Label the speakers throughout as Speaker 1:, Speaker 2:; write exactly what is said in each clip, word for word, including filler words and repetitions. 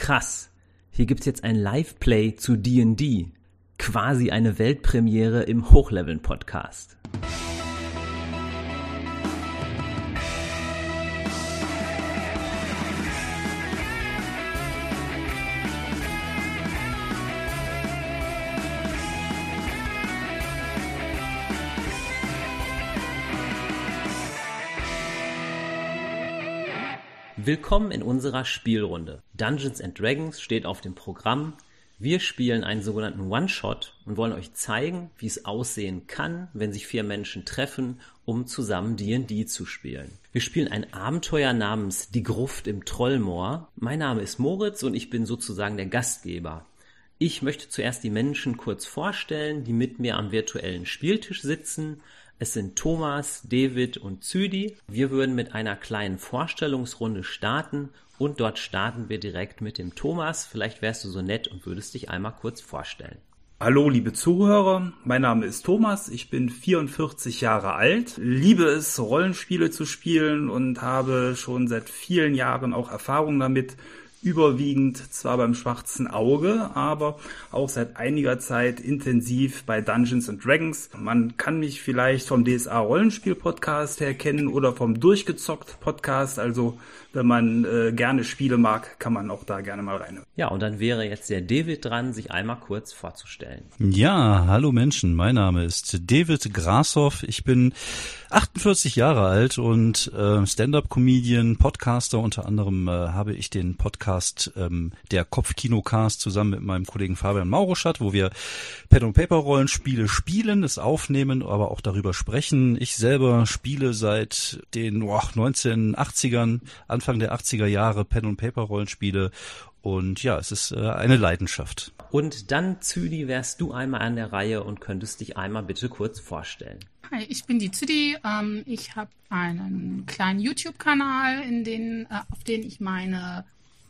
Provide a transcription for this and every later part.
Speaker 1: Krass, hier gibt's jetzt ein Live-Play zu D und D. Quasi eine Weltpremiere im Hochleveln-Podcast. Willkommen in unserer Spielrunde. Dungeons and Dragons steht auf dem Programm. Wir spielen einen sogenannten One-Shot und wollen euch zeigen, wie es aussehen kann, wenn sich vier Menschen treffen, um zusammen D und D zu spielen. Wir spielen ein Abenteuer namens Die Gruft im Trollmoor. Mein Name ist Moritz und ich bin sozusagen der Gastgeber. Ich möchte zuerst die Menschen kurz vorstellen, die mit mir am virtuellen Spieltisch sitzen. Es sind Thomas, David und Züdi. Wir würden mit einer kleinen Vorstellungsrunde starten und dort starten wir direkt mit dem Thomas. Vielleicht wärst du so nett und würdest dich einmal kurz vorstellen.
Speaker 2: Hallo liebe Zuhörer, mein Name ist Thomas, ich bin vierundvierzig Jahre alt, liebe es Rollenspiele zu spielen und habe schon seit vielen Jahren auch Erfahrung damit, überwiegend zwar beim schwarzen Auge, aber auch seit einiger Zeit intensiv bei Dungeons and Dragons. Man kann mich vielleicht vom D S A Rollenspiel Podcast her kennen oder vom Durchgezockt Podcast, also wenn man äh, gerne Spiele mag, kann man auch da gerne mal rein.
Speaker 1: Ja, und dann wäre jetzt der David dran, sich einmal kurz vorzustellen.
Speaker 3: Ja, hallo Menschen, mein Name ist David Grashoff, ich bin achtundvierzig Jahre alt und äh, Stand-Up-Comedian, Podcaster. Unter anderem äh, habe ich den Podcast ähm, der Kopfkinocast zusammen mit meinem Kollegen Fabian Mauruschat, wo wir Pen-and-Paper-Rollenspiele spielen, es aufnehmen, aber auch darüber sprechen. Ich selber spiele seit den oh, neunzehnhundertachtzigern, Anfang der achtziger Jahre Pen-and-Paper-Rollenspiele und ja, es ist äh, eine Leidenschaft.
Speaker 1: Und dann, Züdi, wärst du einmal an der Reihe und könntest dich einmal bitte kurz vorstellen.
Speaker 4: Hi, ich bin die Züdi. Ähm, ich habe einen kleinen YouTube-Kanal, in den, äh, auf den ich meine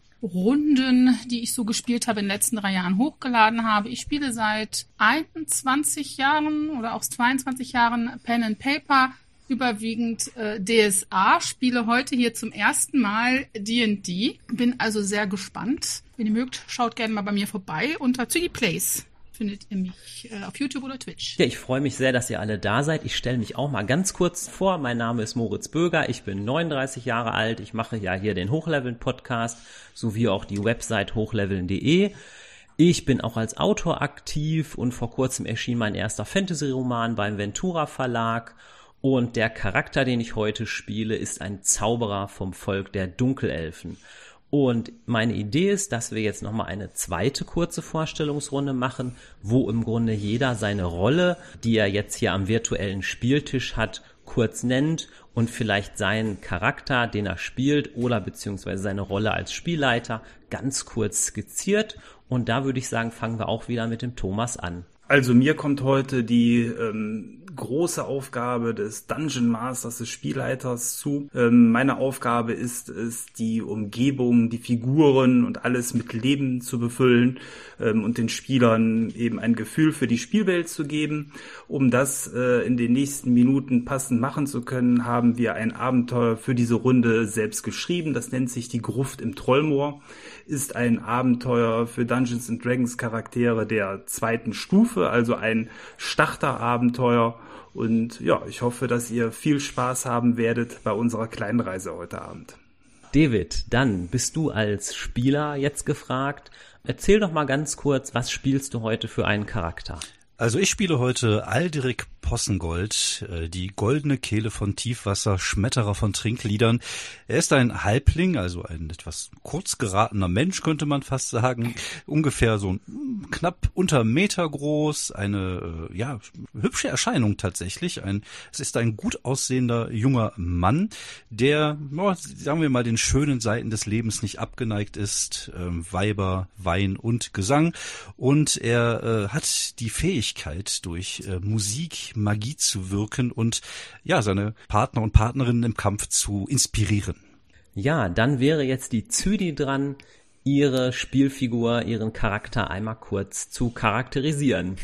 Speaker 4: Runden, die ich so gespielt habe, in den letzten drei Jahren hochgeladen habe. Ich spiele seit einundzwanzig Jahren oder auch zweiundzwanzig Jahren Pen and Paper, überwiegend äh, D S A, spiele heute hier zum ersten Mal D und D. Bin also sehr gespannt. Wenn ihr mögt, schaut gerne mal bei mir vorbei unter Züdi Plays. Findet ihr mich äh, auf YouTube oder Twitch.
Speaker 1: Ja, ich freue mich sehr, dass ihr alle da seid. Ich stelle mich auch mal ganz kurz vor. Mein Name ist Moritz Böger. Ich bin neununddreißig Jahre alt. Ich mache ja hier den Hochleveln-Podcast sowie auch die Website hochleveln punkt de. Ich bin auch als Autor aktiv und vor kurzem erschien mein erster Fantasy-Roman beim Ventura Verlag. Und der Charakter, den ich heute spiele, ist ein Zauberer vom Volk der Dunkelelfen. Und meine Idee ist, dass wir jetzt nochmal eine zweite kurze Vorstellungsrunde machen, wo im Grunde jeder seine Rolle, die er jetzt hier am virtuellen Spieltisch hat, kurz nennt und vielleicht seinen Charakter, den er spielt, oder beziehungsweise seine Rolle als Spielleiter ganz kurz skizziert. Und da würde ich sagen, fangen wir auch wieder mit dem Thomas an.
Speaker 2: Also mir kommt heute die ähm, große Aufgabe des Dungeon Masters, des Spielleiters zu. Ähm, meine Aufgabe ist es, die Umgebung, die Figuren und alles mit Leben zu befüllen ähm, und den Spielern eben ein Gefühl für die Spielwelt zu geben. Um das äh, in den nächsten Minuten passend machen zu können, haben wir ein Abenteuer für diese Runde selbst geschrieben. Das nennt sich Die Gruft im Trollmoor. Ist ein Abenteuer für Dungeons and Dragons Charaktere der zweiten Stufe, also ein Starterabenteuer. Und ja, ich hoffe, dass ihr viel Spaß haben werdet bei unserer kleinen Reise heute Abend.
Speaker 1: David, dann bist du als Spieler jetzt gefragt. Erzähl doch mal ganz kurz, was spielst du heute für einen Charakter?
Speaker 3: Also ich spiele heute Alderic Possengold, die goldene Kehle von Tiefwasser, Schmetterer von Trinkliedern. Er ist ein Halbling, also ein etwas kurz geratener Mensch, könnte man fast sagen. Ungefähr so knapp unter Meter groß, eine ja hübsche Erscheinung tatsächlich. Ein, es ist ein gut aussehender junger Mann, der, oh, sagen wir mal, den schönen Seiten des Lebens nicht abgeneigt ist. Ähm, Weiber, Wein und Gesang. Und er äh, hat die Fähigkeit, durch äh, Musik Magie zu wirken und ja, seine Partner und Partnerinnen im Kampf zu inspirieren.
Speaker 1: Ja, dann wäre jetzt die Züdi dran, ihre Spielfigur, ihren Charakter einmal kurz zu charakterisieren.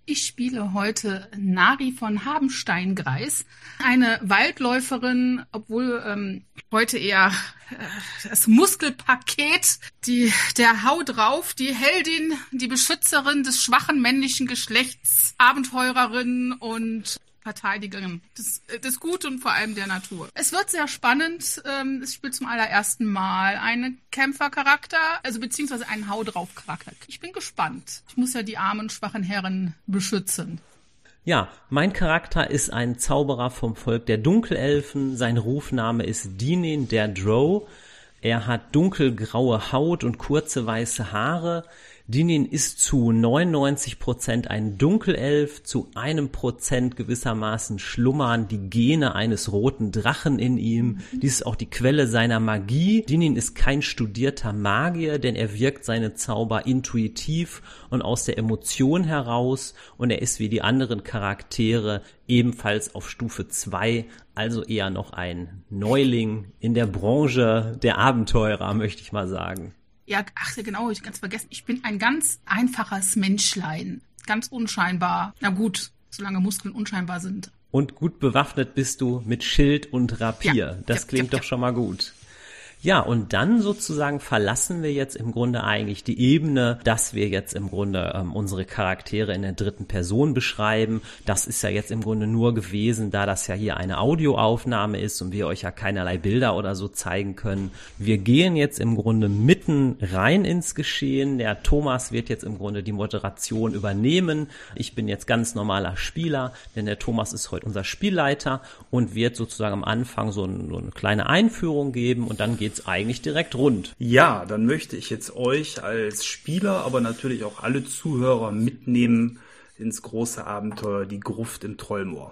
Speaker 4: Ich spiele heute Nari von Habensteingreis, eine Waldläuferin, obwohl ähm, heute eher äh, das Muskelpaket, die der Hau drauf, die Heldin, die Beschützerin des schwachen männlichen Geschlechts, Abenteurerin und Verteidigerin des, des Guten und vor allem der Natur. Es wird sehr spannend. Ähm, ich spiele zum allerersten Mal einen Kämpfercharakter, also beziehungsweise einen Hau drauf Charakter. Ich bin gespannt. Ich muss ja die armen, schwachen Herren beschützen.
Speaker 1: Ja, mein Charakter ist ein Zauberer vom Volk der Dunkelelfen. Sein Rufname ist Dinin der Drow. Er hat dunkelgraue Haut und kurze weiße Haare. Dinin ist zu neunundneunzig Prozent ein Dunkelelf, zu einem Prozent gewissermaßen schlummern die Gene eines roten Drachen in ihm. Dies ist auch die Quelle seiner Magie. Dinin ist kein studierter Magier, denn er wirkt seine Zauber intuitiv und aus der Emotion heraus, und er ist wie die anderen Charaktere ebenfalls auf Stufe zwei, also eher noch ein Neuling in der Branche der Abenteurer, möchte ich mal sagen.
Speaker 4: Ja, ach ja, genau, ich ganz vergessen. Ich bin ein ganz einfaches Menschlein. Ganz unscheinbar. Na gut, solange Muskeln unscheinbar sind.
Speaker 1: Und gut bewaffnet bist du mit Schild und Rapier.
Speaker 4: Ja,
Speaker 1: das
Speaker 4: ja,
Speaker 1: klingt
Speaker 4: ja,
Speaker 1: doch
Speaker 4: ja.
Speaker 1: schon mal gut. Ja, und dann sozusagen verlassen wir jetzt im Grunde eigentlich die Ebene, dass wir jetzt im Grunde ähm, unsere Charaktere in der dritten Person beschreiben. Das ist ja jetzt im Grunde nur gewesen, da das ja hier eine Audioaufnahme ist und wir euch ja keinerlei Bilder oder so zeigen können. Wir gehen jetzt im Grunde mitten rein ins Geschehen. Der Thomas wird jetzt im Grunde die Moderation übernehmen. Ich bin jetzt ganz normaler Spieler, denn der Thomas ist heute unser Spielleiter und wird sozusagen am Anfang so, ein, so eine kleine Einführung geben und dann geht eigentlich direkt rund.
Speaker 2: Ja, dann möchte ich jetzt euch als Spieler, aber natürlich auch alle Zuhörer mitnehmen ins große Abenteuer Die Gruft im Trollmoor.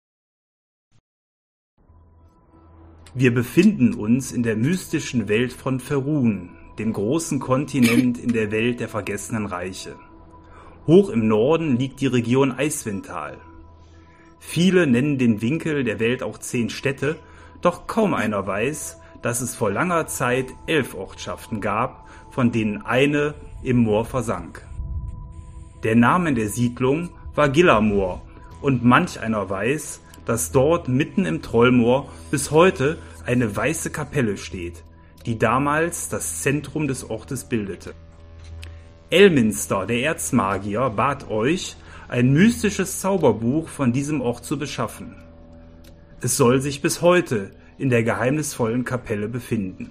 Speaker 2: Wir befinden uns in der mystischen Welt von Faerûn, dem großen Kontinent in der Welt der vergessenen Reiche. Hoch im Norden liegt die Region Eiswindtal. Viele nennen den Winkel der Welt auch zehn Städte, doch kaum einer weiß, dass es vor langer Zeit elf Ortschaften gab, von denen eine im Moor versank. Der Name der Siedlung war Gillermoor und manch einer weiß, dass dort mitten im Trollmoor bis heute eine weiße Kapelle steht, die damals das Zentrum des Ortes bildete. Elminster, der Erzmagier, bat euch, ein mystisches Zauberbuch von diesem Ort zu beschaffen. Es soll sich bis heute in der geheimnisvollen Kapelle befinden.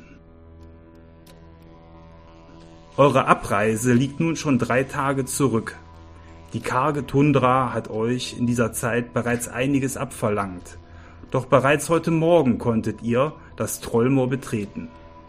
Speaker 2: Eure Abreise liegt nun schon drei Tage zurück. Die karge Tundra hat euch in dieser Zeit bereits einiges abverlangt. Doch bereits heute Morgen konntet ihr das Trollmoor betreten.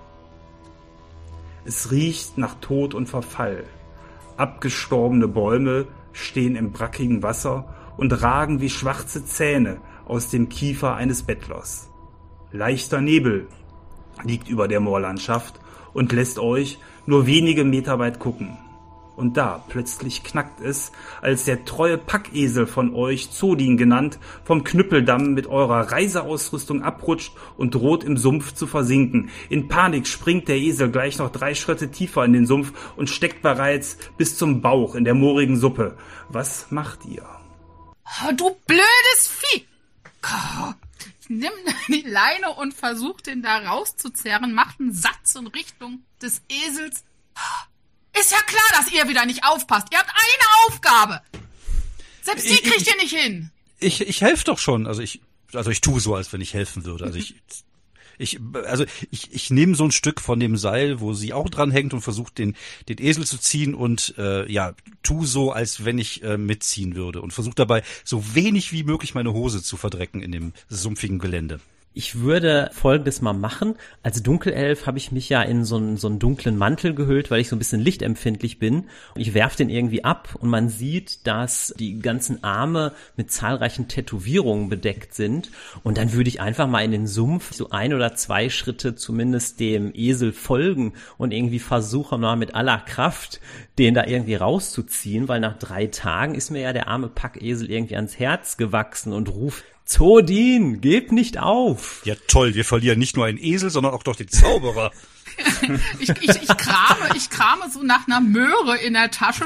Speaker 2: Es riecht nach Tod und Verfall. Abgestorbene Bäume stehen im brackigen Wasser und ragen wie schwarze Zähne aus dem Kiefer eines Bettlers. Leichter Nebel liegt über der Moorlandschaft und lässt euch nur wenige Meter weit gucken. Und da plötzlich knackt es, als der treue Packesel von euch, Zodin genannt, vom Knüppeldamm mit eurer Reiseausrüstung abrutscht und droht im Sumpf zu versinken. In Panik springt der Esel gleich noch drei Schritte tiefer in den Sumpf und steckt bereits bis zum Bauch in der moorigen Suppe. Was macht ihr?
Speaker 4: Oh, du blödes Vieh! Oh. Nimm die Leine und versuch den da rauszuzerren, macht einen Satz in Richtung des Esels. Ist ja klar, dass ihr wieder nicht aufpasst. Ihr habt eine Aufgabe. Selbst die kriegt ihr nicht hin.
Speaker 3: Ich, ich helfe doch schon. Also ich, also ich tue so, als wenn ich helfen würde. Also ich, ich, also ich, ich nehme so ein Stück von dem Seil, wo sie auch dran hängt und versuche den, den Esel zu ziehen und äh, ja, tu so, als wenn ich äh, mitziehen würde und versuche dabei so wenig wie möglich meine Hose zu verdrecken in dem sumpfigen Gelände.
Speaker 1: Ich würde Folgendes mal machen. Als Dunkelelf habe ich mich ja in so einen, so einen dunklen Mantel gehüllt, weil ich so ein bisschen lichtempfindlich bin. Ich werfe den irgendwie ab und man sieht, dass die ganzen Arme mit zahlreichen Tätowierungen bedeckt sind. Und dann würde ich einfach mal in den Sumpf so ein oder zwei Schritte zumindest dem Esel folgen und irgendwie versuchen mal mit aller Kraft den da irgendwie rauszuziehen, weil nach drei Tagen ist mir ja der arme Packesel irgendwie ans Herz gewachsen und ruft: Zodin, geb nicht auf!
Speaker 3: Ja toll, wir verlieren nicht nur einen Esel, sondern auch doch den Zauberer.
Speaker 4: ich, ich, ich krame, ich krame so nach einer Möhre in der Tasche,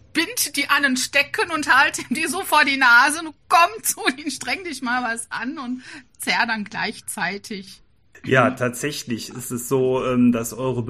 Speaker 4: bind die an den Stecken und halte ihm die so vor die Nase. Du komm zu ihn, streng dich mal was an und zerr dann gleichzeitig.
Speaker 2: Ja, tatsächlich ist es so, dass eure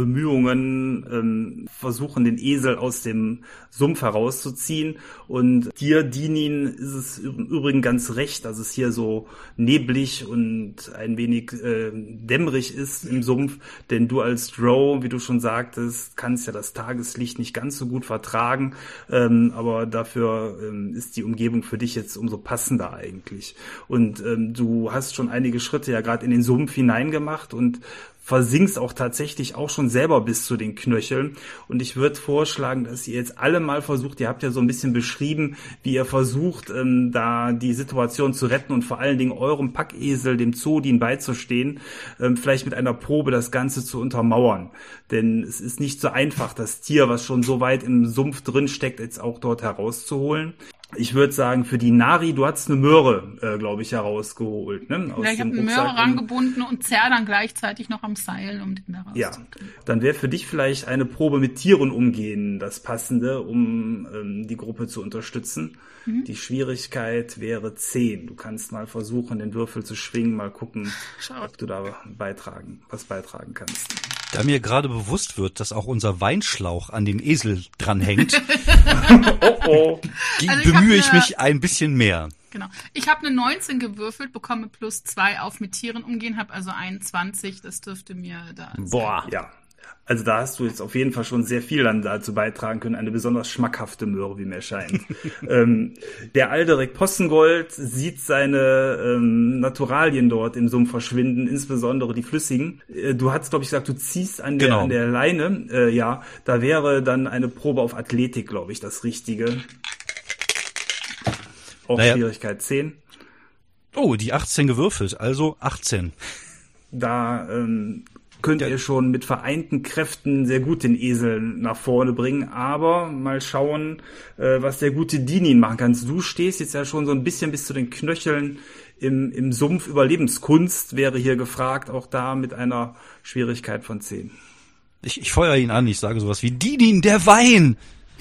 Speaker 2: Bemühungen versuchen, den Esel aus dem Sumpf herauszuziehen. Und dir, Dinin, ist es im Übrigen ganz recht, dass es hier so neblig und ein wenig äh, dämmerig ist im Sumpf. Denn du als Drow, wie du schon sagtest, kannst ja das Tageslicht nicht ganz so gut vertragen. Ähm, aber dafür ähm, ist die Umgebung für dich jetzt umso passender eigentlich. Und ähm, du hast schon einige Schritte ja gerade in den Sumpf hineingemacht. gemacht und versinkst auch tatsächlich auch schon selber bis zu den Knöcheln. Und ich würde vorschlagen, dass ihr jetzt alle mal versucht, ihr habt ja so ein bisschen beschrieben, wie ihr versucht, ähm, da die Situation zu retten und vor allen Dingen eurem Packesel, dem Zoodin, beizustehen, ähm, vielleicht mit einer Probe das Ganze zu untermauern. Denn es ist nicht so einfach, das Tier, was schon so weit im Sumpf drin steckt, jetzt auch dort herauszuholen. Ich würde sagen, für die Nari, du hast eine Möhre, äh, glaube ich, herausgeholt. Ne? Aus
Speaker 4: ja, ich habe eine Möhre rangebunden und zerr dann gleichzeitig noch am Seil, um den da rauszukriegen. Ja,
Speaker 2: dann wäre für dich vielleicht eine Probe mit Tieren umgehen das Passende, um ähm, die Gruppe zu unterstützen. Mhm. Die Schwierigkeit wäre zehn. Du kannst mal versuchen, den Würfel zu schwingen, mal gucken, Schau. ob du da beitragen, was beitragen kannst.
Speaker 3: Da mir gerade bewusst wird, dass auch unser Weinschlauch an dem Esel dranhängt, oh oh. also bemühe ich, ich mich ein bisschen mehr.
Speaker 4: Genau. Ich habe eine neunzehn gewürfelt, bekomme plus zwei auf mit Tieren umgehen, habe also einundzwanzig. Das dürfte mir da
Speaker 2: Boah, sein. Ja. Also da hast du jetzt auf jeden Fall schon sehr viel dann dazu beitragen können, eine besonders schmackhafte Möhre, wie mir scheint. ähm, der Alderic Possengold sieht seine ähm, Naturalien dort im Sumpf verschwinden, insbesondere die flüssigen. Äh, du hast, glaube ich, gesagt, du ziehst an der, genau. an der Leine. Äh, ja, da wäre dann eine Probe auf Athletik, glaube ich, das Richtige. Auch naja. Schwierigkeit zehn.
Speaker 3: Oh, die achtzehn gewürfelt, also achtzehn.
Speaker 2: Da ähm, könnt ihr schon mit vereinten Kräften sehr gut den Esel nach vorne bringen, aber mal schauen, äh, was der gute Dinin machen kann. Du stehst jetzt ja schon so ein bisschen bis zu den Knöcheln im, im Sumpf. Überlebenskunst wäre hier gefragt, auch da mit einer Schwierigkeit von zehn.
Speaker 3: Ich, ich feuer ihn an, ich sage sowas wie Dinin, der Wein!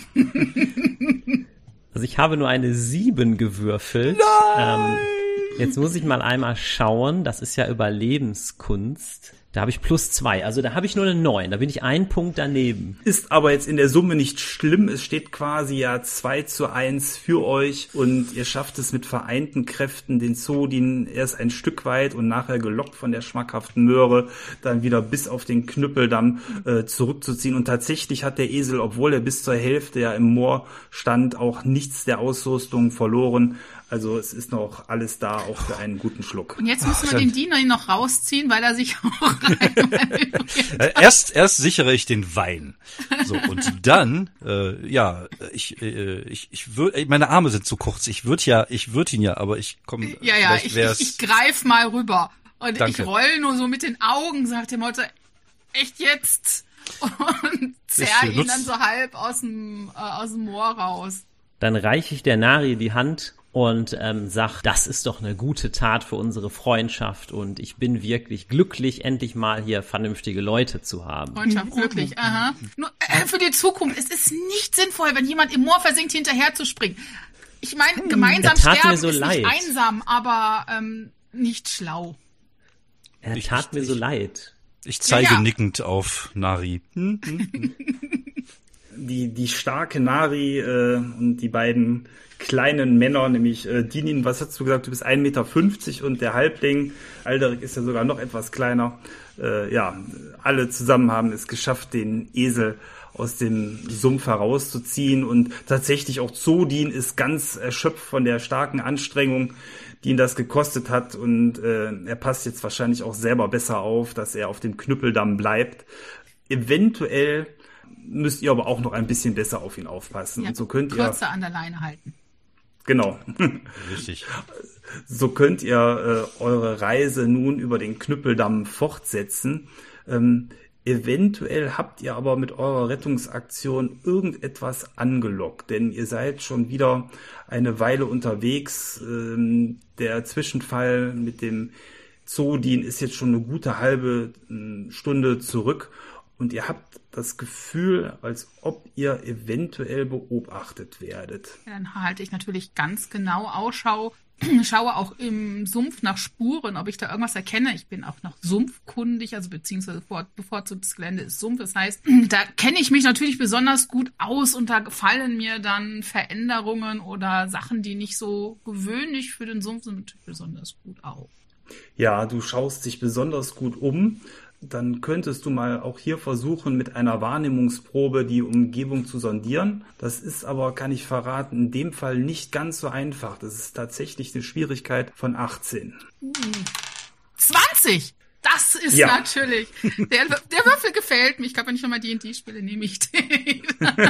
Speaker 1: Also ich habe nur eine sieben gewürfelt.
Speaker 3: Nein!
Speaker 1: Ähm, jetzt muss ich mal einmal schauen, das ist ja Überlebenskunst. Da habe ich plus zwei, also da habe ich nur eine neun, da bin ich einen Punkt daneben.
Speaker 2: Ist aber jetzt in der Summe nicht schlimm, es steht quasi ja zwei zu eins für euch und ihr schafft es mit vereinten Kräften, den Zoodin erst ein Stück weit und nachher gelockt von der schmackhaften Möhre dann wieder bis auf den Knüppeldamm äh, zurückzuziehen. Und tatsächlich hat der Esel, obwohl er bis zur Hälfte ja im Moor stand, auch nichts der Ausrüstung verloren. Also es ist noch alles da, auch für einen guten Schluck.
Speaker 4: Und jetzt müssen wir Ach, den Diener noch rausziehen, weil er sich auch rein...
Speaker 3: erst, erst sichere ich den Wein. So, und dann, äh, ja, ich, äh, ich, ich würde, meine Arme sind zu kurz. Ich würde ja, ich würde ihn ja, aber ich komme...
Speaker 4: Ja, ja, ich, ich, ich greif mal rüber. Und Danke. Ich roll nur so mit den Augen, sagt der Mutter, echt jetzt? Und zerr ihn dann so halb aus dem, äh, aus dem Moor raus.
Speaker 1: Dann reiche ich der Nari die Hand und ähm, sag, das ist doch eine gute Tat für unsere Freundschaft und ich bin wirklich glücklich, endlich mal hier vernünftige Leute zu haben.
Speaker 4: Freundschaft, glücklich, aha. Nur äh, für die Zukunft, es ist nicht sinnvoll, wenn jemand im Moor versinkt, hinterher zu springen. Ich meine, gemeinsam sterben
Speaker 1: so
Speaker 4: ist
Speaker 1: leid.
Speaker 4: Nicht einsam, aber ähm, nicht schlau.
Speaker 1: Er ich, tat mir ich, so leid.
Speaker 3: Ich zeige ja, ja. nickend auf Nari. Hm, hm, hm.
Speaker 2: Die, die starke Nari äh, und die beiden kleinen Männer, nämlich äh, Dinin, was hast du gesagt, du bist ein Meter fünfzig und der Halbling, Alderic ist ja sogar noch etwas kleiner. Äh, ja, alle zusammen haben es geschafft, den Esel aus dem Sumpf herauszuziehen und tatsächlich auch Zoodin ist ganz erschöpft von der starken Anstrengung, die ihn das gekostet hat und äh, er passt jetzt wahrscheinlich auch selber besser auf, dass er auf dem Knüppeldamm bleibt. Eventuell müsst ihr aber auch noch ein bisschen besser auf ihn aufpassen.
Speaker 4: Ja,
Speaker 2: und so könnt ihr
Speaker 4: kürzer an der Leine halten.
Speaker 2: Genau.
Speaker 3: Richtig.
Speaker 2: So könnt ihr äh, eure Reise nun über den Knüppeldamm fortsetzen. Ähm, eventuell habt ihr aber mit eurer Rettungsaktion irgendetwas angelockt, denn ihr seid schon wieder eine Weile unterwegs. Ähm, der Zwischenfall mit dem Zoodin ist jetzt schon eine gute halbe äh, Stunde zurück. und ihr habt das Gefühl, als ob ihr eventuell beobachtet werdet.
Speaker 4: Ja, dann halte ich natürlich ganz genau Ausschau, schaue auch im Sumpf nach Spuren, ob ich da irgendwas erkenne. Ich bin auch noch sumpfkundig, also beziehungsweise bevorzugtes Gelände ist Sumpf. Das heißt, da kenne ich mich natürlich besonders gut aus und da gefallen mir dann Veränderungen oder Sachen, die nicht so gewöhnlich für den Sumpf sind, natürlich besonders gut auf.
Speaker 2: Ja, du schaust dich besonders gut um. Dann könntest du mal auch hier versuchen, mit einer Wahrnehmungsprobe die Umgebung zu sondieren. Das ist aber, kann ich verraten, in dem Fall nicht ganz so einfach. Das ist tatsächlich eine Schwierigkeit von achtzehn.
Speaker 4: zwanzig! Das ist ja natürlich... Der, der Würfel gefällt mir. Ich glaube, wenn ich nochmal D und D spiele, nehme ich den.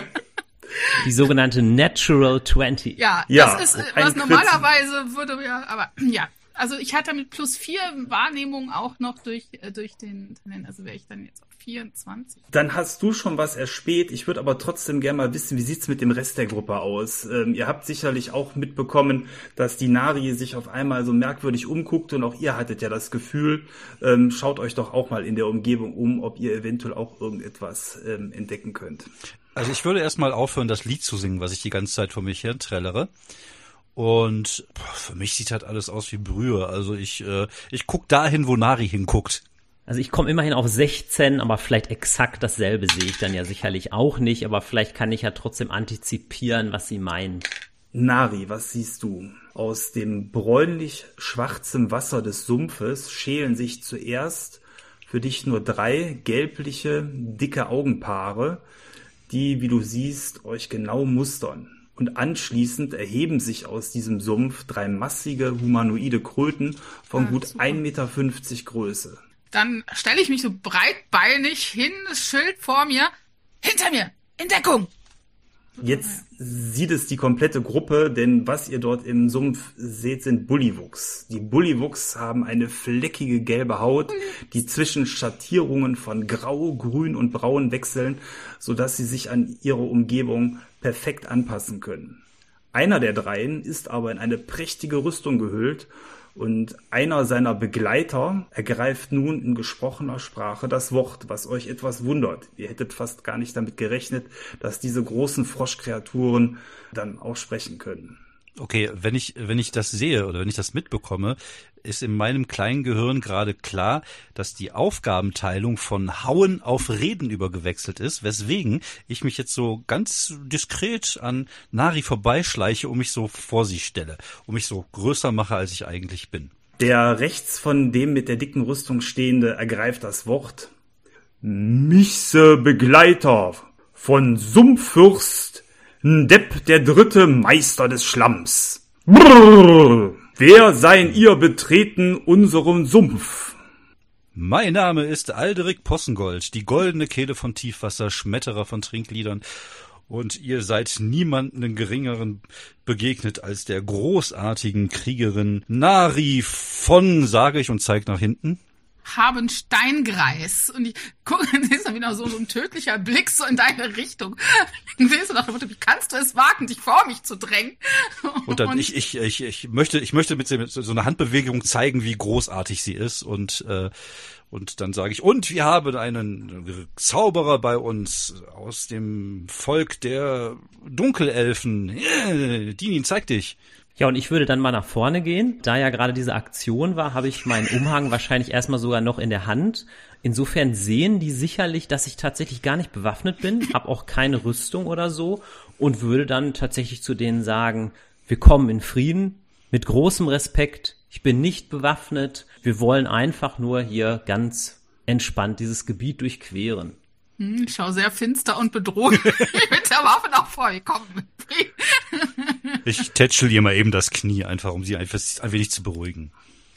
Speaker 1: Die sogenannte Natural zwanzig.
Speaker 4: Ja,
Speaker 2: ja,
Speaker 4: das ist, was normalerweise würde ja, aber ja. Also ich hatte mit plus vier Wahrnehmung auch noch durch, äh, durch den, also wäre ich dann jetzt auf vierundzwanzig.
Speaker 2: Dann hast du schon was erspäht. Ich würde aber trotzdem gerne mal wissen, wie sieht's mit dem Rest der Gruppe aus? Ähm, ihr habt sicherlich auch mitbekommen, dass die Nari sich auf einmal so merkwürdig umguckt und auch ihr hattet ja das Gefühl, ähm, schaut euch doch auch mal in der Umgebung um, ob ihr eventuell auch irgendetwas ähm, entdecken könnt.
Speaker 3: Also ich würde erstmal aufhören, das Lied zu singen, was ich die ganze Zeit vor mich her trällere. Und boah, für mich sieht halt alles aus wie Brühe. Also ich äh, ich guck dahin, wo Nari hinguckt.
Speaker 1: Also ich komme immerhin auf sechzehn, aber vielleicht exakt dasselbe sehe ich dann ja sicherlich auch nicht. Aber vielleicht kann ich ja trotzdem antizipieren, was sie meinen.
Speaker 2: Nari, was siehst du? Aus dem bräunlich-schwarzen Wasser des Sumpfes schälen sich zuerst für dich nur drei gelbliche, dicke Augenpaare, die, wie du siehst, euch genau mustern. Und anschließend erheben sich aus diesem Sumpf drei massige humanoide Kröten von
Speaker 4: Ah,
Speaker 2: gut
Speaker 4: super.
Speaker 2: ein Meter fünfzig Größe.
Speaker 4: Dann stelle ich mich so breitbeinig hin, das Schild vor mir. Hinter mir! In Deckung!
Speaker 2: Jetzt sieht es die komplette Gruppe, denn was ihr dort im Sumpf seht, sind Bullywuchs. Die Bullywuchs haben eine fleckige gelbe Haut, die zwischen Schattierungen von Grau, Grün und Braun wechseln, sodass sie sich an ihre Umgebung perfekt anpassen können. Einer der dreien ist aber in eine prächtige Rüstung gehüllt und einer seiner Begleiter ergreift nun in gesprochener Sprache das Wort, was euch etwas wundert. Ihr hättet fast gar nicht damit gerechnet, dass diese großen Froschkreaturen dann auch sprechen können.
Speaker 3: Okay, wenn ich wenn ich das sehe oder wenn ich das mitbekomme, ist in meinem kleinen Gehirn gerade klar, dass die Aufgabenteilung von Hauen auf Reden übergewechselt ist, weswegen ich mich jetzt so ganz diskret an Nari vorbeischleiche und mich so vor sie stelle und mich so größer mache, als ich eigentlich bin.
Speaker 2: Der rechts von dem mit der dicken Rüstung stehende ergreift das Wort. Michse Begleiter von Sumpffürst Ndepp, der dritte Meister des Schlamms. Brrr, wer seien ihr betreten unserem Sumpf?
Speaker 3: Mein Name ist Aldrich Possengold, die goldene Kehle von Tiefwasser, Schmetterer von Trinkliedern. Und ihr seid niemanden geringeren begegnet als der großartigen Kriegerin Nari von, sage ich und zeig nach hinten.
Speaker 4: Haben Steingreis. Und ich gucke, dann ist dann wieder so, so ein tödlicher Blick so in deine Richtung. Dann willst du doch, wie kannst du es wagen, dich vor mich zu drängen?
Speaker 3: Und dann, ich, ich, ich, ich möchte, ich möchte mit so einer Handbewegung zeigen, wie großartig sie ist und, äh, und dann sage ich, und wir haben einen Zauberer bei uns aus dem Volk der Dunkelelfen. Yeah, Dinin, zeig dich.
Speaker 1: Ja, und ich würde dann mal nach vorne gehen. Da ja gerade diese Aktion war, habe ich meinen Umhang wahrscheinlich erstmal sogar noch in der Hand. Insofern sehen die sicherlich, dass ich tatsächlich gar nicht bewaffnet bin, habe auch keine Rüstung oder so und würde dann tatsächlich zu denen sagen, wir kommen in Frieden, mit großem Respekt, ich bin nicht bewaffnet, wir wollen einfach nur hier ganz entspannt dieses Gebiet durchqueren.
Speaker 4: Hm, ich schaue sehr finster und bedrohlich mit der Waffe nach vorne. Komm,
Speaker 3: ich tätschel ihr mal eben das Knie, einfach um sie einfach ein wenig zu beruhigen.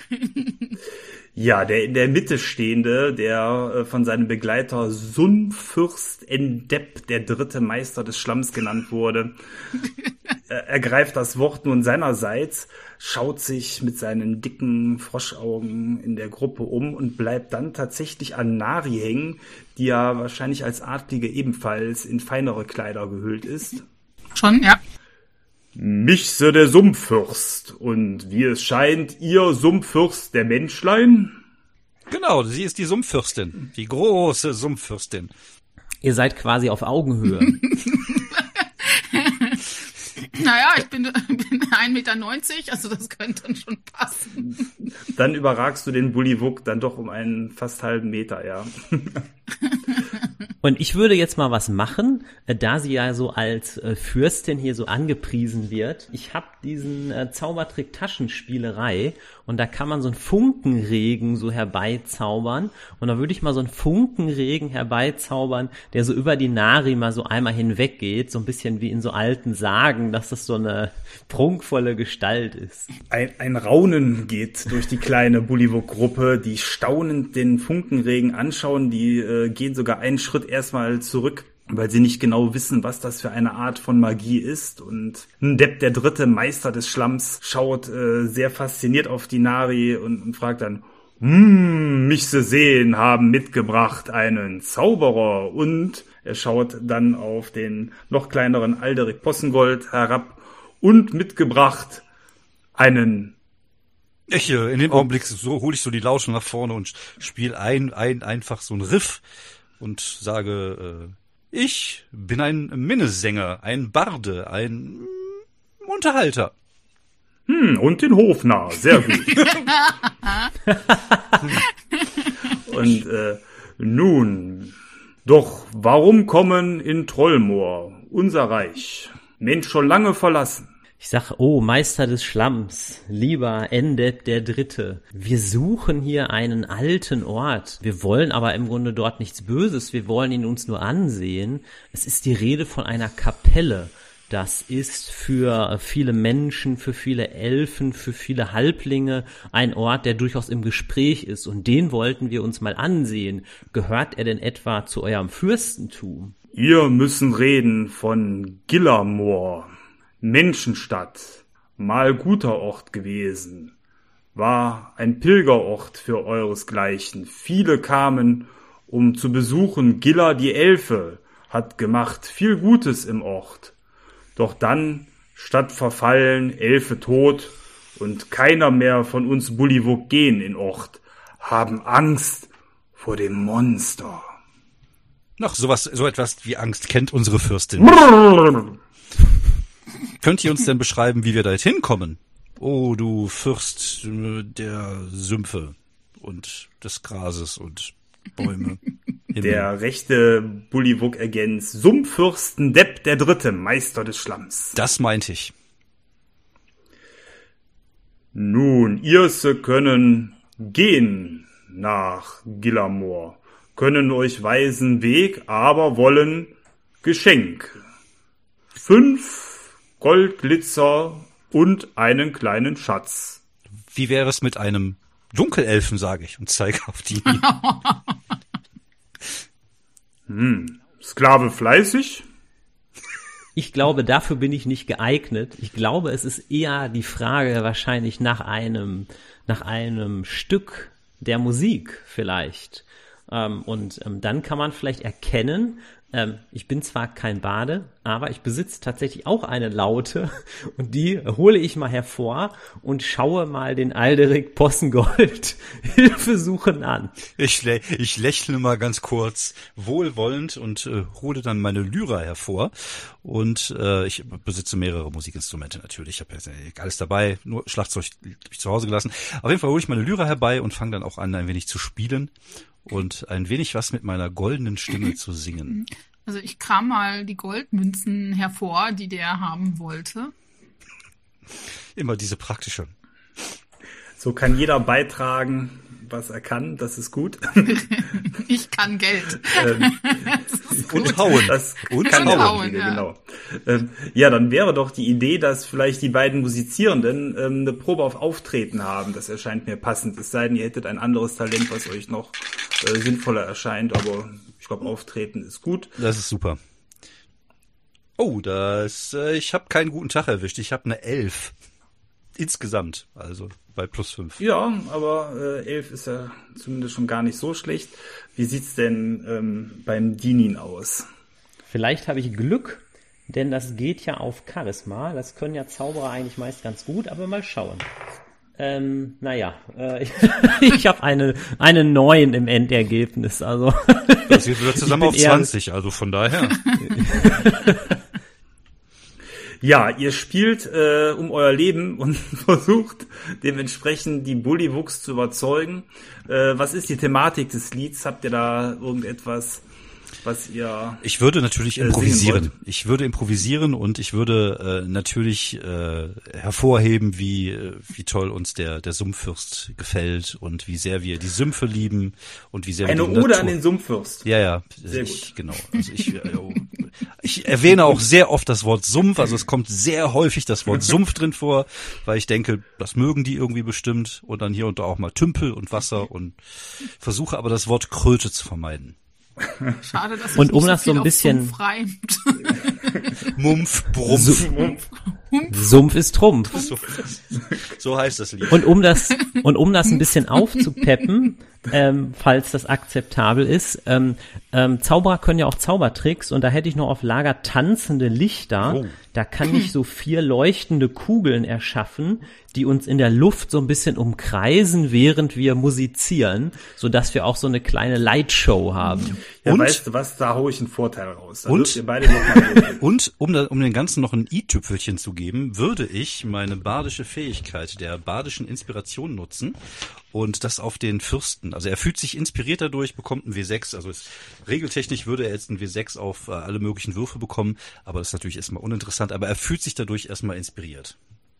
Speaker 2: Ja, der in der Mitte stehende, der äh, von seinem Begleiter Sumpffürst Ndepp, der dritte Meister des Schlamms genannt wurde, äh, ergreift das Wort nun seinerseits, schaut sich mit seinen dicken Froschaugen in der Gruppe um und bleibt dann tatsächlich an Nari hängen, die ja wahrscheinlich als Adlige ebenfalls in feinere Kleider gehüllt ist.
Speaker 4: Schon, ja.
Speaker 2: Michse der Sumpffürst und wie es scheint, ihr Sumpffürst der Menschlein?
Speaker 3: Genau, sie ist die Sumpffürstin, die große Sumpffürstin.
Speaker 1: Ihr seid quasi auf Augenhöhe.
Speaker 4: Naja, ich bin, bin ein Meter neunzig, also das könnte dann schon passen.
Speaker 2: Dann überragst du den Bullywug dann doch um einen fast halben Meter, ja.
Speaker 1: Und ich würde jetzt mal was machen, äh, da sie ja so als äh, Fürstin hier so angepriesen wird. Ich habe diesen äh, Zaubertrick Taschenspielerei und da kann man so einen Funkenregen so herbeizaubern. Und da würde ich mal so einen Funkenregen herbeizaubern, der so über die Nari mal so einmal hinweg geht. So ein bisschen wie in so alten Sagen, dass das so eine prunkvolle Gestalt ist.
Speaker 2: Ein, ein Raunen geht durch die kleine Bullywug-Gruppe, die staunend den Funkenregen anschauen. Die äh, gehen sogar einen Schritt erstmal zurück, weil sie nicht genau wissen, was das für eine Art von Magie ist. Und Depp, der dritte Meister des Schlamms, schaut äh, sehr fasziniert auf die Nari und, und fragt dann, hm, mich zu sehen, haben mitgebracht einen Zauberer. Und er schaut dann auf den noch kleineren Alderic Possengold herab und mitgebracht einen...
Speaker 3: Ich, äh, in dem Augenblick so hole ich so die Lausche nach vorne und spiele ein, ein, einfach so ein Riff und sage, äh, ich bin ein Minnesänger, ein Barde, ein mm, Unterhalter.
Speaker 2: Hm, und den Hofnarr, sehr gut. Und äh, nun, doch warum kommen in Trollmoor, unser Reich, Mensch schon lange verlassen?
Speaker 1: Ich sag, oh, Meister des Schlamms, lieber Endeb der Dritte, wir suchen hier einen alten Ort. Wir wollen aber im Grunde dort nichts Böses, wir wollen ihn uns nur ansehen. Es ist die Rede von einer Kapelle. Das ist für viele Menschen, für viele Elfen, für viele Halblinge ein Ort, der durchaus im Gespräch ist. Und den wollten wir uns mal ansehen. Gehört er denn etwa zu eurem Fürstentum?
Speaker 2: Ihr müssen reden von Gillermoor. Menschenstadt, mal guter Ort gewesen, war ein Pilgerort für euresgleichen. Viele kamen, um zu besuchen. Giller die Elfe hat gemacht viel Gutes im Ort. Doch dann, Stadt verfallen, Elfe tot und keiner mehr von uns Bullywug gehen in Ort, haben Angst vor dem Monster.
Speaker 3: Noch sowas, so etwas wie Angst kennt unsere Fürstin. Könnt ihr uns denn beschreiben, wie wir da hinkommen? Oh, du Fürst der Sümpfe und des Grases und Bäume.
Speaker 2: Der rechte Bullywug-Agent Sumpffürsten Depp der Dritte, Meister des Schlamms.
Speaker 3: Das meinte ich.
Speaker 2: Nun, ihr können gehen nach Gillermoor, können euch weisen Weg, aber wollen Geschenk. Fünf Goldglitzer und einen kleinen Schatz.
Speaker 3: Wie wäre es mit einem Dunkelelfen, sage ich, und zeige auf die.
Speaker 2: hm. Sklave fleißig?
Speaker 1: Ich glaube, dafür bin ich nicht geeignet. Ich glaube, es ist eher die Frage wahrscheinlich nach einem, nach einem Stück der Musik vielleicht. Ähm, und ähm, dann kann man vielleicht erkennen, Ähm, ich bin zwar kein Bade, aber ich besitze tatsächlich auch eine Laute und die hole ich mal hervor und schaue mal den Alderic Possengold hilfesuchend an.
Speaker 3: Ich, lä- ich lächle mal ganz kurz wohlwollend und äh, hole dann meine Lyra hervor und äh, ich besitze mehrere Musikinstrumente natürlich. Ich habe ja alles dabei, nur Schlagzeug hab ich zu Hause gelassen. Auf jeden Fall hole ich meine Lyra herbei und fange dann auch an, ein wenig zu spielen und ein wenig was mit meiner goldenen Stimme zu singen.
Speaker 4: Also ich kram mal die Goldmünzen hervor, die der haben wollte.
Speaker 3: Immer diese praktische.
Speaker 2: So kann jeder beitragen, was er kann, das ist gut.
Speaker 4: Ich kann Geld.
Speaker 2: ähm,
Speaker 3: und hauen.
Speaker 2: Das
Speaker 3: und
Speaker 2: kann
Speaker 4: hauen,
Speaker 2: hauen
Speaker 4: ja.
Speaker 2: Genau. Ähm, ja, dann wäre doch die Idee, dass vielleicht die beiden Musizierenden ähm, eine Probe auf Auftreten haben. Das erscheint mir passend. Es sei denn, ihr hättet ein anderes Talent, was euch noch äh, sinnvoller erscheint. Aber ich glaube, Auftreten ist gut.
Speaker 3: Das ist super. Oh, das, äh, ich habe keinen guten Tag erwischt. Ich habe eine Elf. Insgesamt, also bei plus fünf.
Speaker 2: Ja, aber äh, elf ist ja zumindest schon gar nicht so schlecht. Wie sieht's denn ähm, beim Dinin aus?
Speaker 1: Vielleicht habe ich Glück, denn das geht ja auf Charisma. Das können ja Zauberer eigentlich meist ganz gut, aber mal schauen. Ähm, naja, äh, ich, ich habe eine eine neun im Endergebnis. Also
Speaker 3: das geht wieder zusammen auf zwanzig, also von daher.
Speaker 2: Ja, ihr spielt äh, um euer Leben und versucht dementsprechend die Bullywuchs zu überzeugen. Äh, was ist die Thematik des Lieds? Habt ihr da irgendetwas, was ihr...
Speaker 3: Ich würde natürlich improvisieren.
Speaker 2: wollt?
Speaker 3: Ich würde improvisieren und ich würde äh, natürlich äh, hervorheben, wie äh, wie toll uns der der Sumpffürst gefällt und wie sehr wir die Sümpfe lieben und wie sehr
Speaker 2: Eine
Speaker 3: wir die
Speaker 2: Ode
Speaker 3: Natur...
Speaker 2: an den Sumpffürst.
Speaker 3: Ja, ja,
Speaker 2: Sehr
Speaker 3: ich,
Speaker 2: gut.
Speaker 3: genau. Also ich, äh, ich erwähne auch sehr oft das Wort Sumpf, also es kommt sehr häufig das Wort Sumpf drin vor, weil ich denke, das mögen die irgendwie bestimmt und dann hier und da auch mal Tümpel und Wasser und versuche aber das Wort Kröte zu vermeiden.
Speaker 4: Schade, dass
Speaker 1: Und
Speaker 4: sich
Speaker 1: um
Speaker 4: nicht
Speaker 1: das so
Speaker 4: viel
Speaker 1: ein
Speaker 4: auf
Speaker 1: bisschen-
Speaker 4: Sumpf reimt.
Speaker 3: Mumpf, Brumpf.
Speaker 1: Sumpf ist Trumpf.
Speaker 3: So, so heißt das Lied.
Speaker 1: Und um das und um das ein bisschen aufzupeppen, ähm, falls das akzeptabel ist, ähm, ähm, Zauberer können ja auch Zaubertricks und da hätte ich noch auf Lager tanzende Lichter.
Speaker 3: Oh.
Speaker 1: Da kann ich so vier leuchtende Kugeln erschaffen, die uns in der Luft so ein bisschen umkreisen, während wir musizieren, so dass wir auch so eine kleine Lightshow haben.
Speaker 2: Ja,
Speaker 3: Und?
Speaker 2: weißt du was, da hole ich einen Vorteil raus. Da
Speaker 3: Und?
Speaker 2: dürft ihr beide noch mal würfeln.
Speaker 3: Und um, da, um den Ganzen noch ein i-Tüpfelchen zu geben, würde ich meine badische Fähigkeit der badischen Inspiration nutzen und das auf den Fürsten. Also er fühlt sich inspiriert dadurch, bekommt ein W sechs. Also es, regeltechnisch würde er jetzt ein W sechs auf äh, alle möglichen Würfe bekommen, aber das ist natürlich erstmal uninteressant. Aber er fühlt sich dadurch erstmal inspiriert.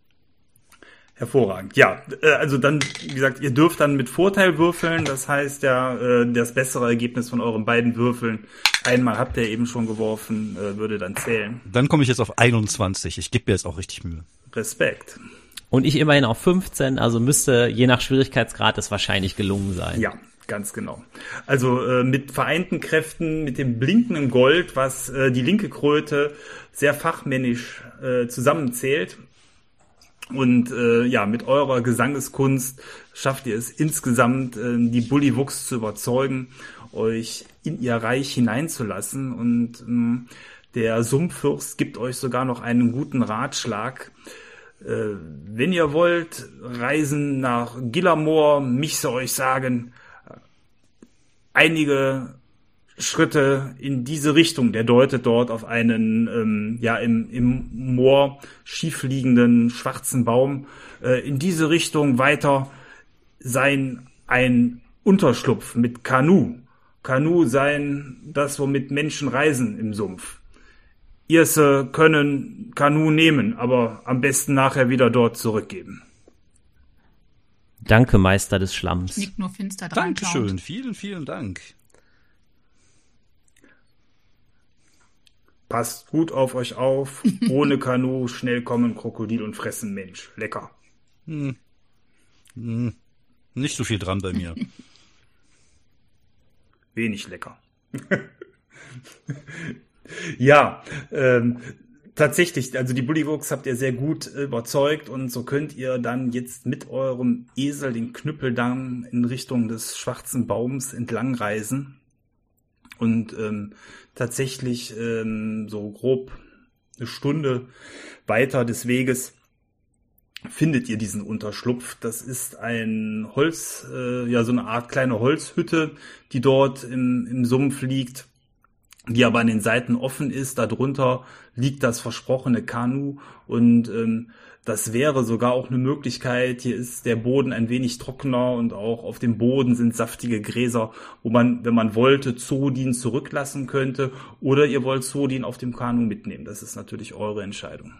Speaker 2: Hervorragend. Ja, äh, also dann, wie gesagt, ihr dürft dann mit Vorteil würfeln. Das heißt ja, äh, das bessere Ergebnis von euren beiden Würfeln, einmal habt ihr eben schon geworfen, äh, würde dann zählen.
Speaker 3: Dann komme ich jetzt auf einundzwanzig. Ich gebe mir jetzt auch richtig Mühe.
Speaker 2: Respekt.
Speaker 1: Und ich immerhin auf fünfzehn, also müsste je nach Schwierigkeitsgrad es wahrscheinlich gelungen sein.
Speaker 2: Ja, ganz genau. Also äh, mit vereinten Kräften, mit dem blinkenden Gold, was äh, die linke Kröte sehr fachmännisch äh, zusammenzählt. Und äh, ja, mit eurer Gesangeskunst schafft ihr es insgesamt, äh, die Bullywuchs zu überzeugen, euch in ihr Reich hineinzulassen. Und ähm, der Sumpffürst gibt euch sogar noch einen guten Ratschlag. Äh, wenn ihr wollt, reisen nach Gillamor, mich soll euch sagen, einige Schritte in diese Richtung. Der deutet dort auf einen ähm, ja im, im Moor schief liegenden schwarzen Baum. Äh, in diese Richtung weiter sein ein Unterschlupf mit Kanu. Kanu sein das, womit Menschen reisen im Sumpf. Ihr können Kanu nehmen, aber am besten nachher wieder dort zurückgeben.
Speaker 1: Danke, Meister des Schlamms.
Speaker 4: Nickt nur finster dran.
Speaker 3: Dankeschön. Vielen, vielen Dank.
Speaker 2: Passt gut auf euch auf. Ohne Kanu schnell kommen Krokodil und fressen Mensch. Lecker.
Speaker 3: Hm. Hm. Nicht so viel dran bei mir.
Speaker 2: Wenig lecker. Ja, ähm, tatsächlich, also die Bullywuchs habt ihr sehr gut äh, überzeugt und so könnt ihr dann jetzt mit eurem Esel den Knüppeldamm in Richtung des schwarzen Baums entlang reisen und ähm, tatsächlich ähm, so grob eine Stunde weiter des Weges findet ihr diesen Unterschlupf. Das ist ein Holz, äh, ja so eine Art kleine Holzhütte, die dort im, im Sumpf liegt, die aber an den Seiten offen ist. Darunter liegt das versprochene Kanu und ähm, das wäre sogar auch eine Möglichkeit. Hier ist der Boden ein wenig trockener und auch auf dem Boden sind saftige Gräser, wo man, wenn man wollte, Zodin zurücklassen könnte oder ihr wollt Zodin auf dem Kanu mitnehmen. Das ist natürlich eure Entscheidung.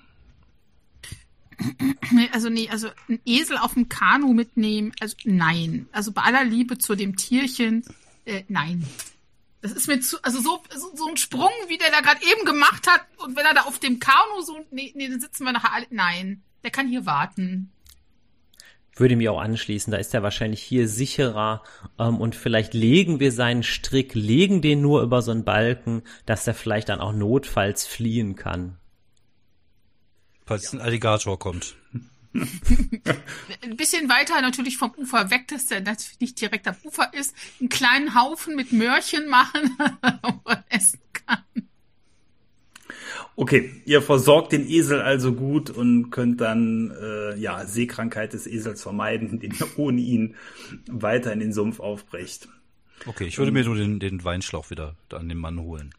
Speaker 4: Nee, also nee, also ein Esel auf dem Kanu mitnehmen, also nein. Also bei aller Liebe zu dem Tierchen, äh, nein. Das ist mir zu, also so, so, so ein Sprung, wie der da gerade eben gemacht hat, und wenn er da auf dem Kanu so, nee, nee, dann sitzen wir nachher alle, nein, der kann hier warten.
Speaker 1: Würde mich auch anschließen, da ist er wahrscheinlich hier sicherer ähm, und vielleicht legen wir seinen Strick, legen den nur über so einen Balken, dass er vielleicht dann auch notfalls fliehen kann.
Speaker 3: Falls ein Alligator kommt.
Speaker 4: Ein bisschen weiter natürlich vom Ufer weg, dass der natürlich nicht direkt am Ufer ist, einen kleinen Haufen mit Möhrchen machen, wo man essen kann.
Speaker 2: Okay, ihr versorgt den Esel also gut und könnt dann äh, ja Seekrankheit des Esels vermeiden, indem ihr ohne ihn weiter in den Sumpf aufbrecht.
Speaker 3: Okay, ich würde mir nur den, den Weinschlauch wieder an den Mann holen.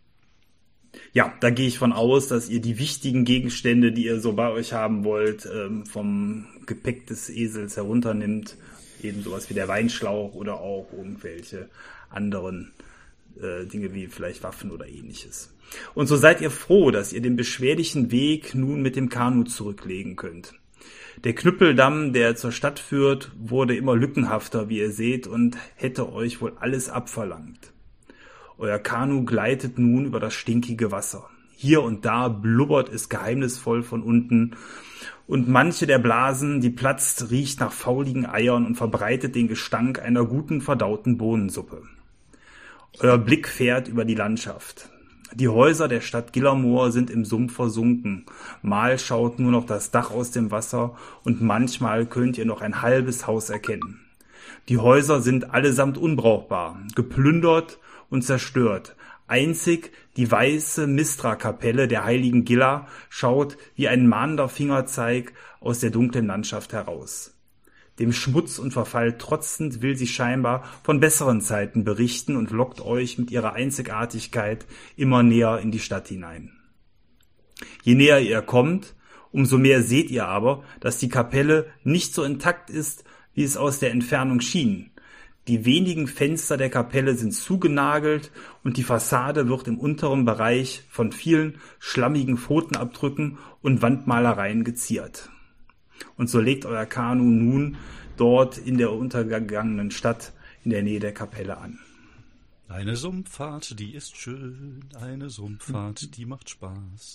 Speaker 2: Ja, da gehe ich von aus, dass ihr die wichtigen Gegenstände, die ihr so bei euch haben wollt, ähm, vom Gepäck des Esels herunternimmt. Eben sowas wie der Weinschlauch oder auch irgendwelche anderen äh, Dinge wie vielleicht Waffen oder ähnliches. Und so seid ihr froh, dass ihr den beschwerlichen Weg nun mit dem Kanu zurücklegen könnt. Der Knüppeldamm, der zur Stadt führt, wurde immer lückenhafter, wie ihr seht, und hätte euch wohl alles abverlangt. Euer Kanu gleitet nun über das stinkige Wasser. Hier und da blubbert es geheimnisvoll von unten, und manche der Blasen, die platzt, riecht nach fauligen Eiern und verbreitet den Gestank einer guten verdauten Bohnensuppe. Euer Blick fährt über die Landschaft. Die Häuser der Stadt Gillermoor sind im Sumpf versunken. Mal schaut nur noch das Dach aus dem Wasser und manchmal könnt ihr noch ein halbes Haus erkennen. Die Häuser sind allesamt unbrauchbar, geplündert und zerstört. Einzig die weiße Mistra-Kapelle der heiligen Gilla schaut wie ein mahnender Fingerzeig aus der dunklen Landschaft heraus. Dem Schmutz und Verfall trotzend will sie scheinbar von besseren Zeiten berichten und lockt euch mit ihrer Einzigartigkeit immer näher in die Stadt hinein. Je näher ihr kommt, umso mehr seht ihr aber, dass die Kapelle nicht so intakt ist, wie es aus der Entfernung schien. Die wenigen Fenster der Kapelle sind zugenagelt und die Fassade wird im unteren Bereich von vielen schlammigen Pfotenabdrücken und Wandmalereien geziert. Und so legt euer Kanu nun dort in der untergegangenen Stadt in der Nähe der Kapelle an.
Speaker 3: Eine Sumpffahrt, die ist schön, eine Sumpffahrt, die macht Spaß.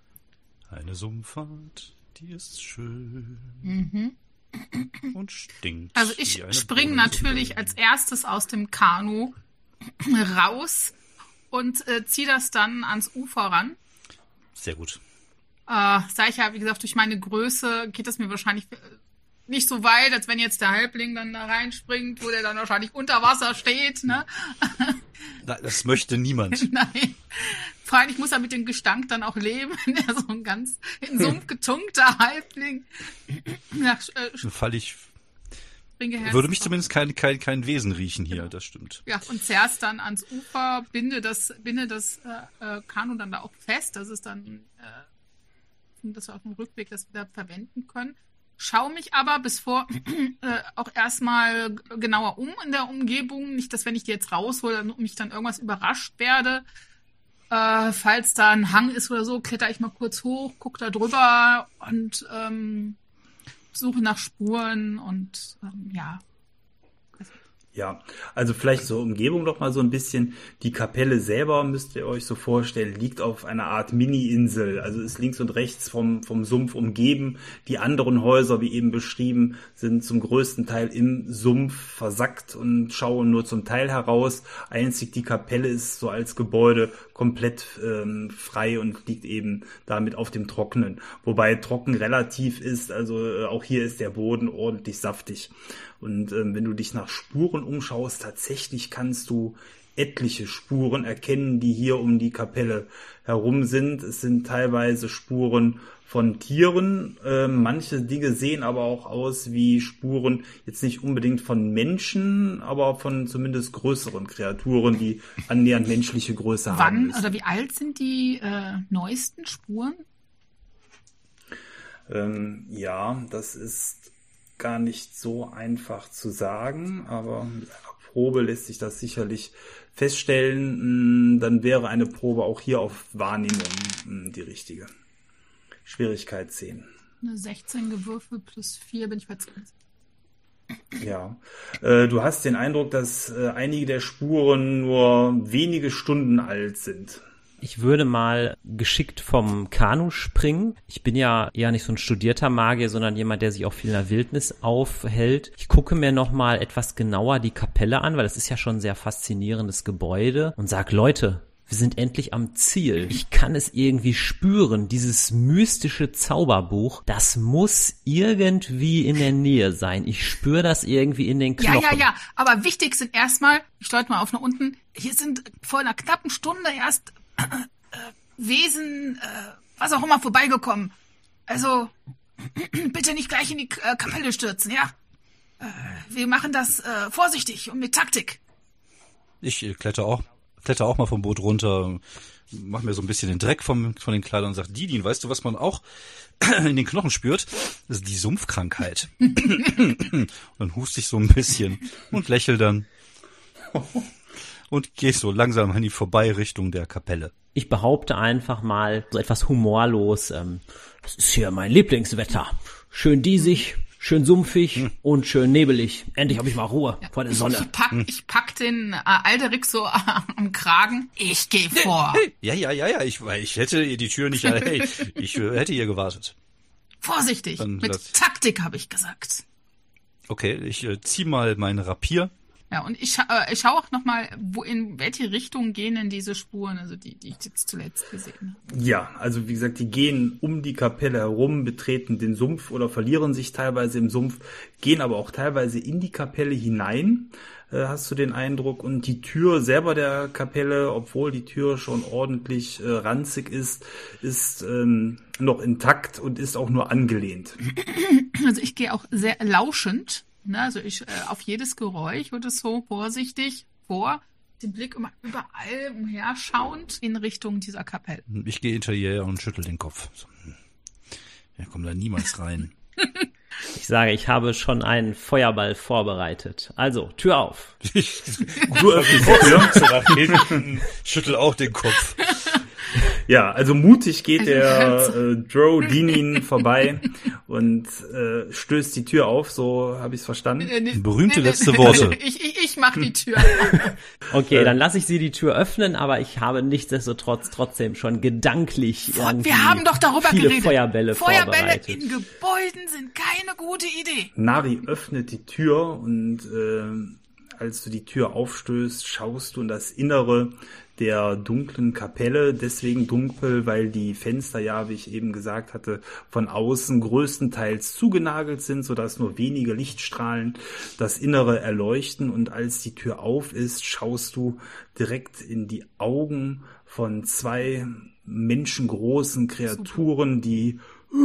Speaker 3: Eine Sumpffahrt, die ist schön. Mhm. Und stinkt.
Speaker 4: Also ich springe natürlich als erstes aus dem Kanu raus und äh, ziehe das dann ans Ufer ran.
Speaker 3: Sehr gut.
Speaker 4: Äh, sag ich ja, wie gesagt, durch meine Größe geht das mir wahrscheinlich nicht so weit, als wenn jetzt der Halbling dann da reinspringt, wo der dann wahrscheinlich unter Wasser steht, ne?
Speaker 3: Das möchte niemand.
Speaker 4: Nein. Vor allem, ich muss ja mit dem Gestank dann auch leben, der so ein ganz in Sumpf getunkter Halbling. Ja, äh,
Speaker 3: Fall ich würde mich zumindest kein, kein, kein Wesen riechen hier, das stimmt.
Speaker 4: Ja, und zerrst dann ans Ufer, binde das, binde das äh, Kanu dann da auch fest, dass es dann, äh, dass wir auf dem Rückweg das wieder verwenden können. Schau mich aber bis vor äh, auch erstmal genauer um in der Umgebung. Nicht, dass wenn ich die jetzt raushole, dann, mich dann irgendwas überrascht werde. Äh, falls da ein Hang ist oder so, kletter ich mal kurz hoch, guck da drüber und ähm, suche nach Spuren und ähm, ja.
Speaker 2: Ja, also vielleicht zur Umgebung noch mal so ein bisschen. Die Kapelle selber, müsst ihr euch so vorstellen, liegt auf einer Art Mini-Insel. Also ist links und rechts vom, vom Sumpf umgeben. Die anderen Häuser, wie eben beschrieben, sind zum größten Teil im Sumpf versackt und schauen nur zum Teil heraus. Einzig die Kapelle ist so als Gebäude komplett ähm, frei und liegt eben damit auf dem Trockenen. Wobei trocken relativ ist, also äh, auch hier ist der Boden ordentlich saftig. Und ähm, wenn du dich nach Spuren umschaust, tatsächlich kannst du etliche Spuren erkennen, die hier um die Kapelle herum sind. Es sind teilweise Spuren von Tieren. Äh, manche Dinge sehen aber auch aus wie Spuren, jetzt nicht unbedingt von Menschen, aber von zumindest größeren Kreaturen, die annähernd menschliche Größe
Speaker 4: Wann
Speaker 2: haben.
Speaker 4: Wann oder wie alt sind die äh, neuesten Spuren?
Speaker 2: Ähm, ja, das ist gar nicht so einfach zu sagen, aber mit einer Probe lässt sich das sicherlich feststellen. Dann wäre eine Probe auch hier auf Wahrnehmung die richtige. Schwierigkeit zehn.
Speaker 4: Eine sechzehn gewürfelt plus vier bin ich bei zwanzig.
Speaker 2: Ja, äh, du hast den Eindruck, dass äh, einige der Spuren nur wenige Stunden alt sind.
Speaker 1: Ich würde mal geschickt vom Kanu springen. Ich bin ja eher nicht so ein studierter Magier, sondern jemand, der sich auch viel in der Wildnis aufhält. Ich gucke mir nochmal etwas genauer die Kapelle an, weil das ist ja schon ein sehr faszinierendes Gebäude und sag, Leute, wir sind endlich am Ziel. Ich kann es irgendwie spüren. Dieses mystische Zauberbuch, das muss irgendwie in der Nähe sein. Ich spüre das irgendwie in den Knochen.
Speaker 4: Ja, ja, ja. Aber wichtig sind erstmal, ich deute mal auf nach unten, hier sind vor einer knappen Stunde erst äh, äh, Wesen äh, was auch immer vorbeigekommen. Also, bitte nicht gleich in die äh, Kapelle stürzen, ja? Äh, wir machen das äh, vorsichtig und mit Taktik.
Speaker 3: Ich äh, kletter auch, kletter auch mal vom Boot runter, mach mir so ein bisschen den Dreck vom, von den Kleidern und sag, Didin, weißt du, was man auch in den Knochen spürt? Das ist die Sumpfkrankheit. Und dann hust ich so ein bisschen und lächel dann. Und gehst so langsam an die vorbei Richtung der Kapelle.
Speaker 1: Ich behaupte einfach mal so etwas humorlos, ähm, das ist hier mein Lieblingswetter. Schön diesig, schön sumpfig hm. und schön nebelig. Endlich habe ich mal Ruhe ja, vor der Sonne.
Speaker 4: Ich pack, hm. ich pack den äh, Alderik so äh, am Kragen. Ich gehe vor.
Speaker 3: Ja, ja, ja, ja, ich, ich hätte ihr die Tür nicht, hey, ich äh, hätte ihr gewartet.
Speaker 4: Vorsichtig, Dann mit das... Taktik habe ich gesagt.
Speaker 3: Okay, ich äh, zieh mal mein Rapier.
Speaker 4: Ja, und ich, scha- äh, ich schaue auch nochmal, wo in welche Richtung gehen denn diese Spuren, also die, die ich jetzt zuletzt gesehen habe.
Speaker 2: Ja, also wie gesagt, die gehen um die Kapelle herum, betreten den Sumpf oder verlieren sich teilweise im Sumpf, gehen aber auch teilweise in die Kapelle hinein, äh, hast du den Eindruck. Und die Tür selber der Kapelle, obwohl die Tür schon ordentlich äh, ranzig ist, ist ähm, noch intakt und ist auch nur angelehnt.
Speaker 4: Also ich gehe auch sehr lauschend. Na, also ich äh, auf jedes Geräusch würde so vorsichtig vor, den Blick immer überall umherschauend in Richtung dieser Kapelle.
Speaker 3: Ich gehe hinter ihr und schüttel den Kopf. So. Wir kommen da niemals rein.
Speaker 1: Ich sage, ich habe schon einen Feuerball vorbereitet. Also, Tür auf.
Speaker 2: Du öffnest die Tür.
Speaker 3: Schüttel auch den Kopf.
Speaker 2: Ja, also mutig geht der äh, Drow Dinin vorbei und äh, stößt die Tür auf, so habe ich es verstanden.
Speaker 3: Berühmte letzte Worte.
Speaker 4: Ich, ich, ich mach die Tür.
Speaker 1: Okay, dann lasse ich sie die Tür öffnen, aber ich habe nichtsdestotrotz trotzdem schon gedanklich irgendwie
Speaker 4: Wir haben doch darüber
Speaker 1: viele
Speaker 4: geredet.
Speaker 1: Feuerbälle,
Speaker 4: Feuerbälle
Speaker 1: vorbereitet.
Speaker 4: in Gebäuden sind keine gute Idee.
Speaker 2: Nari öffnet die Tür und äh, als du die Tür aufstößt, schaust du in das Innere der dunklen Kapelle, deswegen dunkel, weil die Fenster ja, wie ich eben gesagt hatte, von außen größtenteils zugenagelt sind, sodass nur wenige Lichtstrahlen das Innere erleuchten. Und als die Tür auf ist, schaust du direkt in die Augen von zwei menschengroßen Kreaturen, die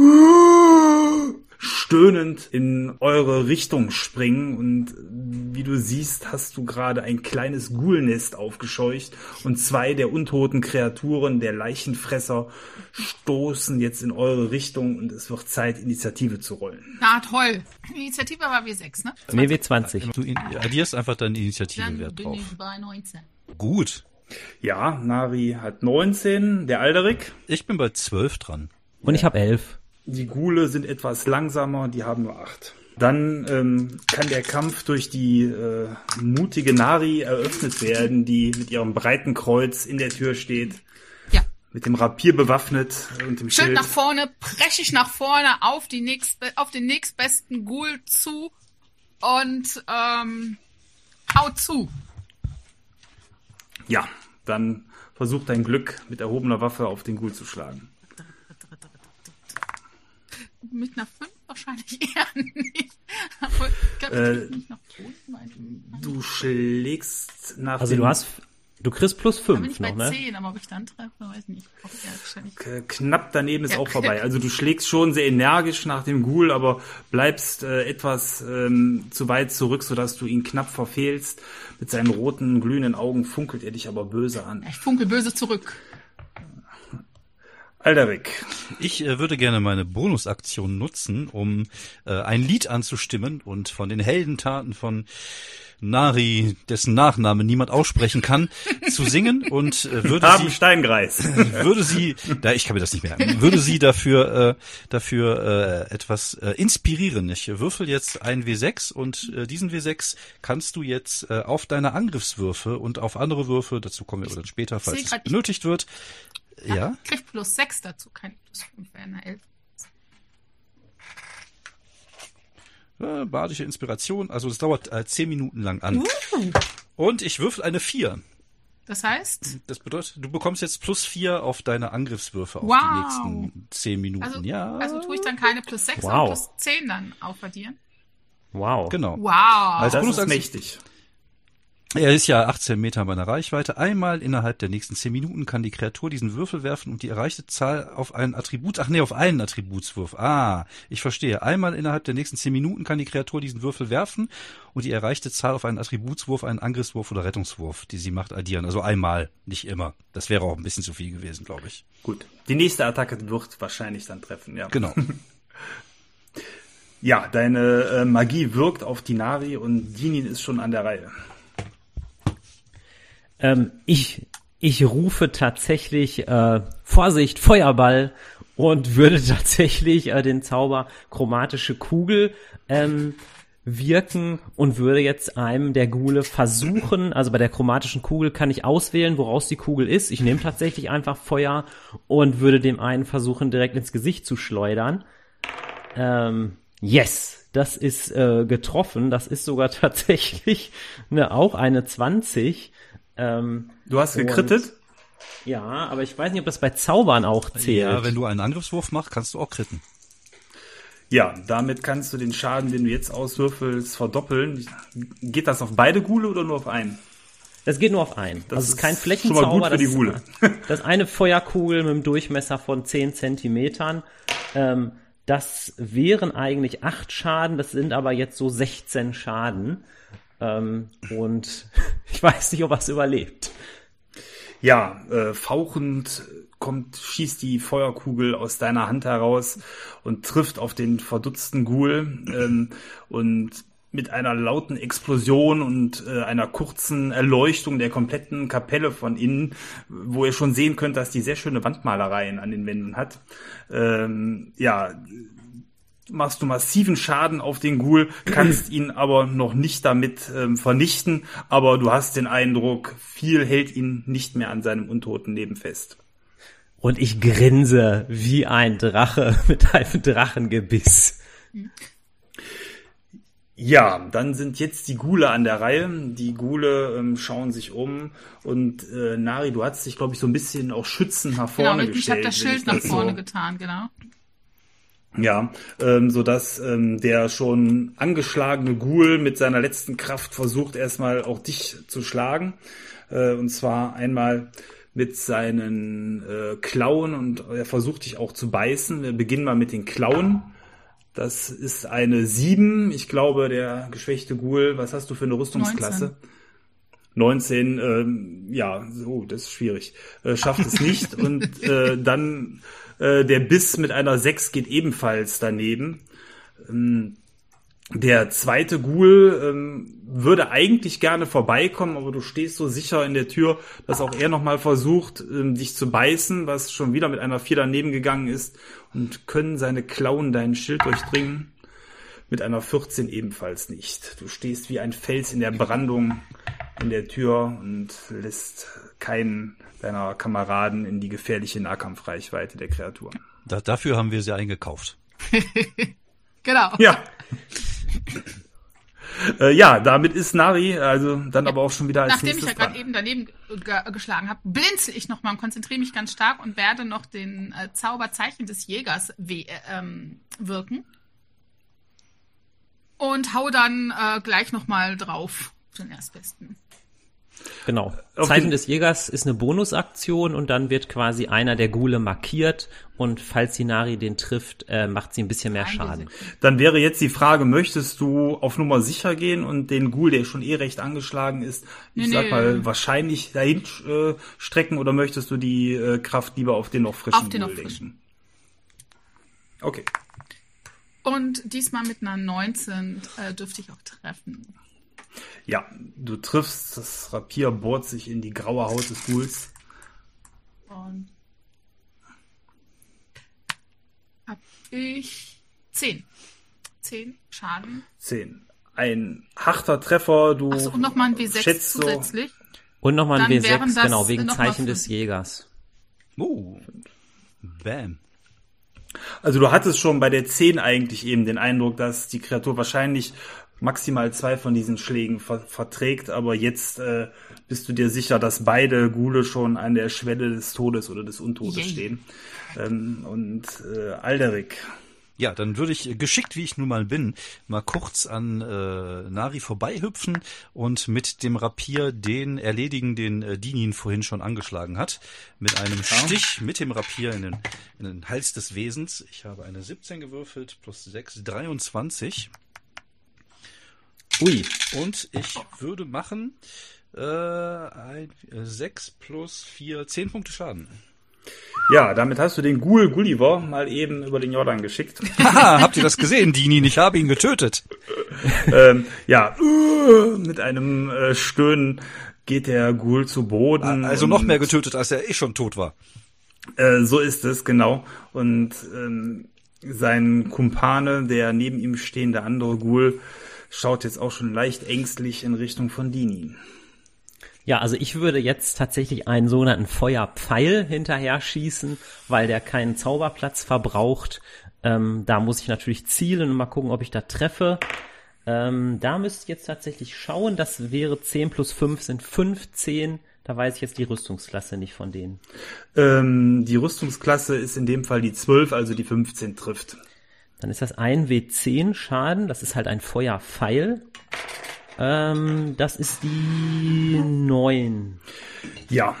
Speaker 2: stöhnend in eure Richtung springen, und wie du siehst, hast du gerade ein kleines Ghoulnest aufgescheucht und zwei der untoten Kreaturen, der Leichenfresser, stoßen jetzt in eure Richtung und es wird Zeit, Initiative zu rollen.
Speaker 4: Na toll. Initiative war W sechs, ne?
Speaker 1: Nee, W zwanzig.
Speaker 3: Du addierst einfach deinen Initiativewert
Speaker 4: Dann
Speaker 3: drauf.
Speaker 4: bin ich bei neunzehn.
Speaker 3: Gut.
Speaker 2: Ja, Nari hat neunzehn, der Alderik.
Speaker 3: Ich bin bei zwölf dran.
Speaker 1: Und ich habe elf.
Speaker 2: Die Ghule sind etwas langsamer, die haben nur acht. Dann ähm, kann der Kampf durch die äh, mutige Nari eröffnet werden, die mit ihrem breiten Kreuz in der Tür steht.
Speaker 4: Ja.
Speaker 2: Mit dem Rapier bewaffnet und dem
Speaker 4: Schön
Speaker 2: Schild.
Speaker 4: nach vorne, presche ich nach vorne auf die nächstbe- auf den nächstbesten Ghoul zu und ähm, hau zu.
Speaker 2: Ja, dann versuch dein Glück mit erhobener Waffe auf den Ghoul zu schlagen.
Speaker 4: Mit einer fünf wahrscheinlich eher nicht. Aber ich glaube, ich
Speaker 2: Äh,
Speaker 4: krieg nicht nach unten. Weil-
Speaker 2: Du schlägst nach
Speaker 1: Also
Speaker 2: dem
Speaker 1: du hast, du kriegst plus
Speaker 4: Da bin
Speaker 1: fünf
Speaker 4: ich
Speaker 1: noch,
Speaker 4: bei
Speaker 1: ne?
Speaker 4: zehn, aber ob ich dann treffe, weiß nicht. Ob ich ja wahrscheinlich
Speaker 2: K- knapp daneben ist
Speaker 4: Ja.
Speaker 2: auch vorbei. Also du schlägst schon sehr energisch nach dem Ghoul, aber bleibst äh, etwas ähm, zu weit zurück, sodass du ihn knapp verfehlst. Mit seinen roten, glühenden Augen funkelt er dich aber böse an.
Speaker 4: ich funkel böse zurück.
Speaker 2: Alderik.
Speaker 3: Ich äh, würde gerne meine Bonusaktion nutzen, um äh, ein Lied anzustimmen und von den Heldentaten von Nari, dessen Nachname niemand aussprechen kann, zu singen und äh, würde
Speaker 2: Haben
Speaker 3: sie
Speaker 2: Steingreis.
Speaker 3: würde sie, da ich kann mir das nicht merken, würde sie dafür äh, dafür äh, etwas äh, inspirieren. Ich würfel jetzt ein W sechs und äh, diesen W sechs kannst du jetzt äh, auf deine Angriffswürfe und auf andere Würfe, dazu kommen wir dann später, falls
Speaker 4: seh
Speaker 3: es
Speaker 4: grad, ich-
Speaker 3: benötigt wird. Ja.
Speaker 4: Ich krieg plus sechs dazu, kein plus fünf, wäre eine elf.
Speaker 3: Äh, badische Inspiration, also es dauert äh, zehn Minuten lang an.
Speaker 4: Uh.
Speaker 3: Und ich würfel eine vier.
Speaker 4: Das heißt,
Speaker 3: Das bedeutet, du bekommst jetzt plus vier auf deine Angriffswürfe auf
Speaker 4: Wow.
Speaker 3: die nächsten zehn Minuten.
Speaker 4: also,
Speaker 3: ja,
Speaker 4: also tue ich dann keine plus sechs,
Speaker 1: Wow.
Speaker 4: sondern plus zehn dann aufaddieren.
Speaker 1: Wow.
Speaker 3: genau.
Speaker 4: Wow.
Speaker 3: Als
Speaker 2: Das ist
Speaker 3: Bonusaktion,
Speaker 2: mächtig.
Speaker 3: Er ist ja achtzehn Meter bei einer Reichweite. Einmal innerhalb der nächsten zehn Minuten kann die Kreatur diesen Würfel werfen und die erreichte Zahl auf einen Attribut, ach nee, auf einen Attributswurf. Ah, ich verstehe. Einmal innerhalb der nächsten zehn Minuten kann die Kreatur diesen Würfel werfen und die erreichte Zahl auf einen Attributswurf, einen Angriffswurf oder Rettungswurf, die sie macht, addieren. Also einmal, nicht immer. Das wäre auch ein bisschen zu viel gewesen, glaube ich.
Speaker 2: Gut. Die nächste Attacke wird wahrscheinlich dann treffen, ja.
Speaker 3: Genau.
Speaker 2: Ja, deine äh, Magie wirkt auf die Nari und Dinin ist schon an der Reihe.
Speaker 1: Ähm, ich, ich rufe tatsächlich äh, Vorsicht, Feuerball und würde tatsächlich äh, den Zauber chromatische Kugel ähm, wirken und würde jetzt einem der Ghule versuchen, also bei der chromatischen Kugel kann ich auswählen, woraus die Kugel ist. Ich nehme tatsächlich einfach Feuer und würde dem einen versuchen, direkt ins Gesicht zu schleudern. Ähm, yes, das ist äh, getroffen. Das ist sogar tatsächlich ne, auch eine zwanzig. Ähm,
Speaker 2: du hast gekrittet?
Speaker 1: Ja, aber ich weiß nicht, ob das bei Zaubern auch zählt.
Speaker 3: Ja, wenn du einen Angriffswurf machst, kannst du auch kritten.
Speaker 2: Ja, damit kannst du den Schaden, den du jetzt auswürfelst, verdoppeln. Geht das auf beide Ghule oder nur auf einen?
Speaker 1: Das geht nur auf einen.
Speaker 2: Das
Speaker 1: also es ist kein
Speaker 2: schon
Speaker 1: Flächenzauber.
Speaker 2: mal gut für
Speaker 1: das
Speaker 2: die Ghule.
Speaker 1: Das eine Feuerkugel mit einem Durchmesser von zehn Zentimetern. Ähm, das wären eigentlich acht Schaden, das sind aber jetzt so sechzehn Schaden. Ähm, und ich weiß nicht, ob er es überlebt.
Speaker 2: Ja, äh, fauchend kommt, schießt die Feuerkugel aus deiner Hand heraus und trifft auf den verdutzten Ghoul ähm, und mit einer lauten Explosion und äh, einer kurzen Erleuchtung der kompletten Kapelle von innen, wo ihr schon sehen könnt, dass die sehr schöne Wandmalereien an den Wänden hat. Ähm, ja, machst du massiven Schaden auf den Ghoul, kannst ihn aber noch nicht damit ähm, vernichten, aber du hast den Eindruck, viel hält ihn nicht mehr an seinem untoten Leben fest.
Speaker 1: Und ich grinse wie ein Drache mit einem Drachengebiss.
Speaker 2: Ja, dann sind jetzt die Ghule an der Reihe. Die Ghule ähm, schauen sich um und äh, Nari, du hast dich, glaube ich, so ein bisschen auch schützend nach vorne
Speaker 4: genau,
Speaker 2: gestellt.
Speaker 4: Ich habe das Schild nach vorne so getan, genau.
Speaker 2: Ja, ähm, so dass ähm, der schon angeschlagene Ghoul mit seiner letzten Kraft versucht, erstmal auch dich zu schlagen. Äh, und zwar einmal mit seinen äh, Klauen und er versucht dich auch zu beißen. Wir beginnen mal mit den Klauen. Das ist eine sieben. Ich glaube, der geschwächte Ghoul, was hast du für eine Rüstungsklasse? neunzehn. neunzehn, ähm, ja, so, das ist schwierig. Äh, schafft es nicht. Und äh, dann äh, der Biss mit einer sechs geht ebenfalls daneben. Ähm, der zweite Ghoul ähm, würde eigentlich gerne vorbeikommen, aber du stehst so sicher in der Tür, dass auch er nochmal versucht, ähm, dich zu beißen, was schon wieder mit einer vier daneben gegangen ist. Und können seine Klauen dein Schild durchdringen? Mit einer vierzehn ebenfalls nicht. Du stehst wie ein Fels in der Brandung in der Tür und lässt keinen deiner Kameraden in die gefährliche Nahkampfreichweite der Kreaturen.
Speaker 3: Da, dafür haben wir sie eingekauft.
Speaker 4: Genau.
Speaker 2: Ja. äh, ja, damit ist Nari, also dann ja, aber auch schon wieder als
Speaker 4: nachdem
Speaker 2: nächstes
Speaker 4: ich ja gerade eben daneben ge- geschlagen habe, blinzel ich nochmal und konzentriere mich ganz stark und werde noch den äh, Zauberzeichen des Jägers we- äh, ähm, wirken. Und hau dann äh, gleich nochmal drauf, den Erstbesten.
Speaker 1: Genau.
Speaker 2: Auf
Speaker 1: Zeichen des Jägers ist eine Bonusaktion und dann wird quasi einer der Ghule markiert und falls die Nari den trifft, äh, macht sie ein bisschen mehr Schaden.
Speaker 2: Dann wäre jetzt die Frage, möchtest du auf Nummer sicher gehen und den Ghoul, der schon eh recht angeschlagen ist, ich
Speaker 4: nee,
Speaker 2: sag
Speaker 4: nee.
Speaker 2: mal, wahrscheinlich dahin äh, strecken oder möchtest du die äh, Kraft lieber auf den noch frischen
Speaker 4: auf den
Speaker 2: Ghoul
Speaker 4: noch frischen.
Speaker 2: lenken? Okay.
Speaker 4: Und diesmal mit einer neunzehn äh, dürfte ich auch treffen.
Speaker 2: Ja, du triffst, das Rapier bohrt sich in die graue Haut des Ghouls.
Speaker 4: Und hab ich zehn. Zehn Schaden.
Speaker 2: Zehn. Ein harter Treffer, du
Speaker 4: Achso, und nochmal ein W sechs
Speaker 2: schätzt so,
Speaker 4: zusätzlich.
Speaker 1: Und nochmal ein
Speaker 4: Dann
Speaker 1: W
Speaker 4: wären
Speaker 1: sechs,
Speaker 4: das
Speaker 1: genau, wegen
Speaker 4: noch mal
Speaker 1: Zeichen
Speaker 4: fünf.
Speaker 1: des Jägers.
Speaker 3: Oh, bam.
Speaker 2: Also du hattest schon bei der zehn eigentlich eben den Eindruck, dass die Kreatur wahrscheinlich maximal zwei von diesen Schlägen ver- verträgt, aber jetzt äh, bist du dir sicher, dass beide Ghule schon an der Schwelle des Todes oder des Untodes
Speaker 4: Yay.
Speaker 2: stehen. Ähm, und äh, Alderic.
Speaker 3: Ja, dann würde ich, geschickt wie ich nun mal bin, mal kurz an äh, Nari vorbeihüpfen und mit dem Rapier den erledigen, den äh, Dinin vorhin schon angeschlagen hat. Mit einem Stich mit dem Rapier in den, in den Hals des Wesens. Ich habe eine siebzehn gewürfelt, plus sechs, dreiundzwanzig.
Speaker 1: Ui.
Speaker 3: Und ich würde machen äh, ein, äh, sechs plus vier, zehn Punkte Schaden.
Speaker 2: Ja, damit hast du den Ghoul Gulliver mal eben über den Jordan geschickt.
Speaker 3: Haha, habt ihr das gesehen, Dinin? Ich habe ihn getötet.
Speaker 2: ähm, ja, mit einem äh, Stöhnen geht der Ghoul zu Boden.
Speaker 3: Also noch mehr getötet, als er eh schon tot war.
Speaker 2: Äh, so ist es, genau. Und ähm, sein Kumpane, der neben ihm stehende andere Ghoul, schaut jetzt auch schon leicht ängstlich in Richtung von Dinin.
Speaker 1: Ja, also ich würde jetzt tatsächlich einen sogenannten Feuerpfeil hinterher schießen, weil der keinen Zauberplatz verbraucht. Ähm, da muss ich natürlich zielen und mal gucken, ob ich da treffe. Ähm, da müsste ich jetzt tatsächlich schauen. Das wäre zehn plus fünf sind fünfzehn. Da weiß ich jetzt die Rüstungsklasse nicht von denen.
Speaker 2: Ähm, die Rüstungsklasse ist in dem Fall die zwölf, also die fünfzehn trifft.
Speaker 1: Dann ist das ein W zehn Schaden. Das ist halt ein Feuerpfeil. Ähm, das ist die neun.
Speaker 2: Ja.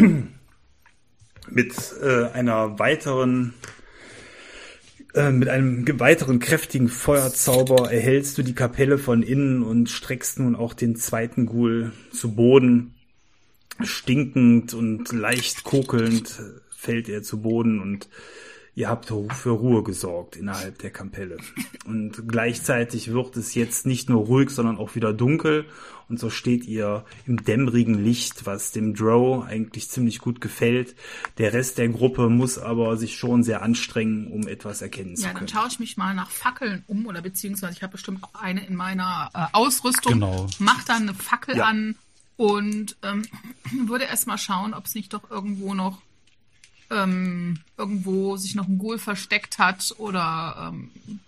Speaker 2: Mit äh, einer weiteren, äh, mit einem weiteren kräftigen Feuerzauber erhältst du die Kapelle von innen und streckst nun auch den zweiten Ghoul zu Boden. Stinkend und leicht kokelnd fällt er zu Boden und ihr habt für Ruhe gesorgt innerhalb der Kapelle. Und gleichzeitig wird es jetzt nicht nur ruhig, sondern auch wieder dunkel. Und so steht ihr im dämmerigen Licht, was dem Drow eigentlich ziemlich gut gefällt. Der Rest der Gruppe muss aber sich schon sehr anstrengen, um etwas erkennen zu
Speaker 4: Ja,
Speaker 2: können.
Speaker 4: dann schaue ich mich mal nach Fackeln um, oder beziehungsweise ich habe bestimmt auch eine in meiner äh, Ausrüstung.
Speaker 3: Genau.
Speaker 4: Mach dann eine Fackel
Speaker 2: Ja.
Speaker 4: an und ähm, würde erst mal schauen, ob es nicht doch irgendwo noch ähm, irgendwo sich noch ein Ghoul versteckt hat oder ähm,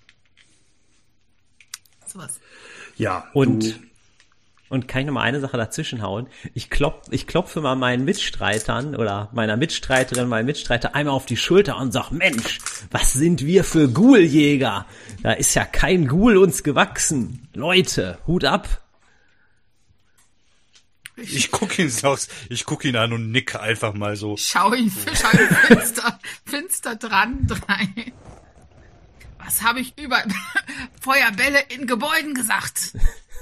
Speaker 4: sowas.
Speaker 2: Ja,
Speaker 1: Und,
Speaker 2: du,
Speaker 1: und kann ich noch mal eine Sache dazwischen hauen? Ich klopf, ich klopfe mal meinen Mitstreitern oder meiner Mitstreiterin, meinem Mitstreiter einmal auf die Schulter und sag, Mensch, was sind wir für Ghouljäger? Da ist ja kein Ghoul uns gewachsen. Leute, Hut ab.
Speaker 3: Ich guck ihn aus, ich guck ihn an und nick einfach mal so.
Speaker 4: Schau ihn, schau ihn finster, finster dran rein. Was habe ich über Feuerbälle in Gebäuden gesagt?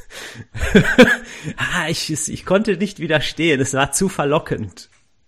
Speaker 1: ah, ich, ich konnte nicht widerstehen. Es war zu verlockend.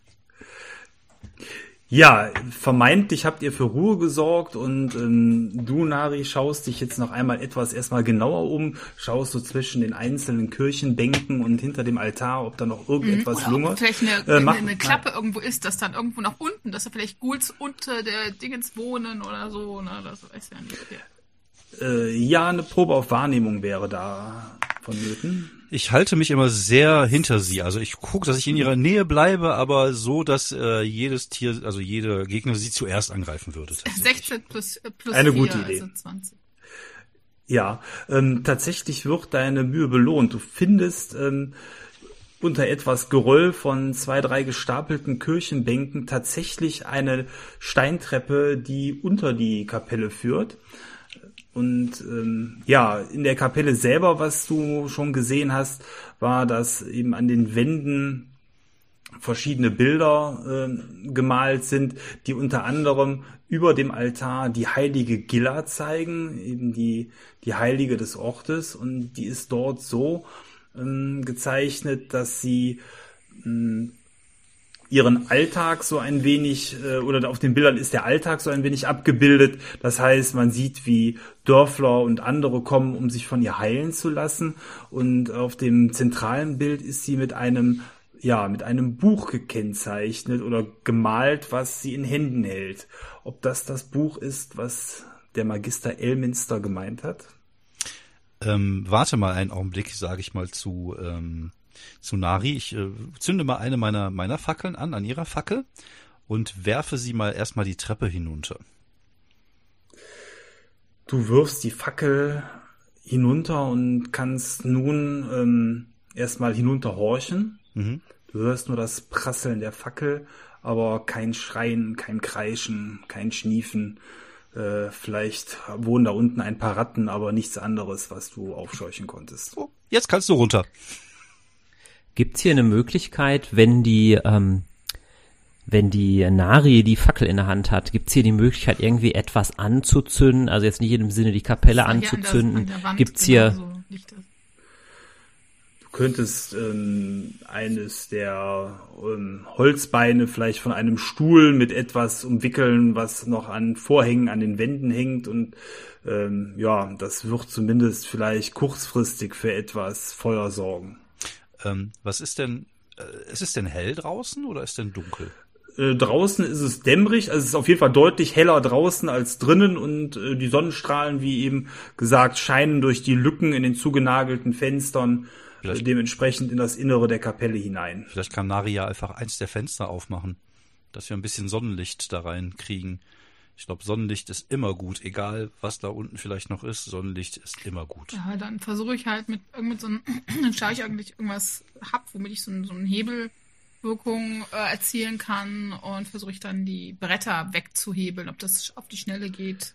Speaker 2: ja, vermeintlich habt ihr für Ruhe gesorgt und ähm, du, Nari, schaust dich jetzt noch einmal etwas erstmal genauer um, schaust so zwischen den einzelnen Kirchenbänken und hinter dem Altar, ob da noch irgendetwas
Speaker 4: Oder
Speaker 2: lungert.
Speaker 4: ob vielleicht eine,
Speaker 2: Äh, mach-
Speaker 4: eine, eine Klappe irgendwo ist, dass dann irgendwo nach unten, dass da vielleicht Ghouls unter der Dingens wohnen oder so, ne? Das weiß ja nicht.
Speaker 2: Äh, ja, eine Probe auf Wahrnehmung wäre da vonnöten.
Speaker 3: Ich halte mich immer sehr hinter sie. Also ich gucke, dass ich in ihrer Nähe bleibe, aber so, dass äh, jedes Tier, also jede Gegner sie zuerst angreifen würde.
Speaker 4: sechzehn plus, äh, plus
Speaker 2: Eine
Speaker 4: vier,
Speaker 2: gute Idee.
Speaker 4: also zwanzig.
Speaker 2: Ja, ähm, tatsächlich wird deine Mühe belohnt. Du findest ähm, unter etwas Geröll von zwei, drei gestapelten Kirchenbänken tatsächlich eine Steintreppe, die unter die Kapelle führt. Und ähm, ja, in der Kapelle selber, was du schon gesehen hast, war, dass eben an den Wänden verschiedene Bilder äh, gemalt sind, die unter anderem über dem Altar die heilige Gilla zeigen, eben die die Heilige des Ortes, und die ist dort so ähm, gezeichnet, dass sie ähm, ihren Alltag so ein wenig, äh, oder auf den Bildern ist der Alltag so ein wenig abgebildet. Das heißt, man sieht, wie Dörfler und andere kommen, um sich von ihr heilen zu lassen. Und auf dem zentralen Bild ist sie mit einem, ja, mit einem Buch gekennzeichnet oder gemalt, was sie in Händen hält. Ob das das Buch ist, was der Magister Elminster gemeint hat?
Speaker 3: Ähm, warte mal einen Augenblick, sage ich mal zu ähm, zu Nari. Ich äh, zünde mal eine meiner meiner Fackeln an, an ihrer Fackel, und werfe sie mal erstmal die Treppe hinunter.
Speaker 2: Du wirfst die Fackel hinunter und kannst nun ähm, erstmal hinunterhorchen.
Speaker 3: Mhm.
Speaker 2: Du hörst nur das Prasseln der Fackel, aber kein Schreien, kein Kreischen, kein Schniefen. Äh, vielleicht wohnen da unten ein paar Ratten, aber nichts anderes, was du aufscheuchen konntest.
Speaker 3: Oh, jetzt kannst du runter.
Speaker 1: Gibt's hier eine Möglichkeit, wenn die, ähm, wenn die Nari die Fackel in der Hand hat, gibt's hier die Möglichkeit, irgendwie etwas anzuzünden? Also jetzt nicht in dem Sinne die Kapelle anzuzünden. An der, an der Wand, gibt's hier...
Speaker 4: Genau so Lichter.
Speaker 2: Du könntest ähm, eines der ähm, Holzbeine vielleicht von einem Stuhl mit etwas umwickeln, was noch an Vorhängen an den Wänden hängt und ähm, ja, das wird zumindest vielleicht kurzfristig für etwas Feuer sorgen.
Speaker 3: Ähm, was ist denn, äh, ist es denn hell draußen oder ist denn dunkel?
Speaker 2: Äh, draußen ist es dämmerig, also es ist auf jeden Fall deutlich heller draußen als drinnen und äh, die Sonnenstrahlen, wie eben gesagt, scheinen durch die Lücken in den zugenagelten Fenstern Vielleicht, dementsprechend in das Innere der Kapelle hinein.
Speaker 3: Vielleicht kann Nari ja einfach eins der Fenster aufmachen, dass wir ein bisschen Sonnenlicht da rein kriegen. Ich glaube, Sonnenlicht ist immer gut, egal was da unten vielleicht noch ist. Sonnenlicht ist immer gut.
Speaker 4: Ja, dann versuche ich halt mit, mit so einem, dann schaue ich eigentlich irgendwas hab, womit ich so, so eine Hebelwirkung äh, erzielen kann und versuche ich dann die Bretter wegzuhebeln, ob das auf die Schnelle geht.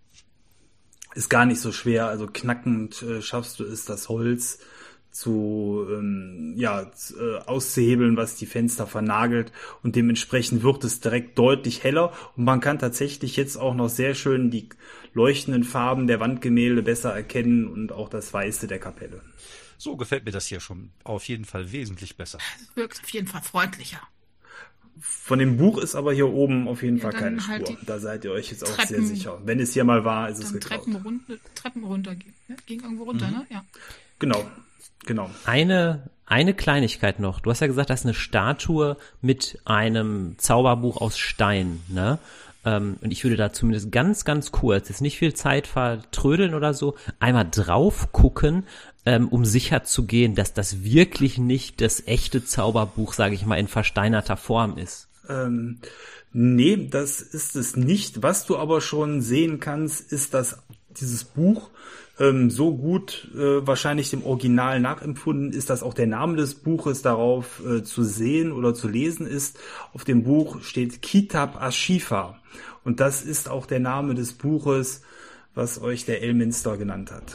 Speaker 2: Ist gar nicht so schwer, also knackend äh, schaffst du es, das Holz zu ähm, ja äh, auszuhebeln, was die Fenster vernagelt und dementsprechend wird es direkt deutlich heller und man kann tatsächlich jetzt auch noch sehr schön die leuchtenden Farben der Wandgemälde besser erkennen und auch das Weiße der Kapelle.
Speaker 3: So gefällt mir das hier schon auf jeden Fall wesentlich besser.
Speaker 4: Es wirkt auf jeden Fall freundlicher.
Speaker 2: Von dem Buch ist aber hier oben auf jeden
Speaker 4: ja,
Speaker 2: Fall keine
Speaker 4: halt
Speaker 2: Spur. Da seid ihr euch jetzt auch
Speaker 4: Treppen,
Speaker 2: sehr sicher. Wenn es hier mal war, ist es geklaut.
Speaker 4: Treppen runter, Treppen runter ging, ne? Ging irgendwo runter, mhm. ne? Ja.
Speaker 2: Genau. Genau.
Speaker 1: Eine, eine Kleinigkeit noch. Du hast ja gesagt, das ist eine Statue mit einem Zauberbuch aus Stein, ne? Ähm, und ich würde da zumindest ganz, ganz kurz, jetzt nicht viel Zeit vertrödeln oder so, einmal drauf gucken, ähm, um sicher zu gehen, dass das wirklich nicht das echte Zauberbuch, sage ich mal, in versteinerter Form ist.
Speaker 2: Ähm, nee, das ist es nicht. Was du aber schon sehen kannst, ist, dass dieses Buch so gut äh, wahrscheinlich dem Original nachempfunden ist, dass auch der Name des Buches darauf äh, zu sehen oder zu lesen ist. Auf dem Buch steht Kitab Ashifa und das ist auch der Name des Buches, was euch der Elminster genannt hat.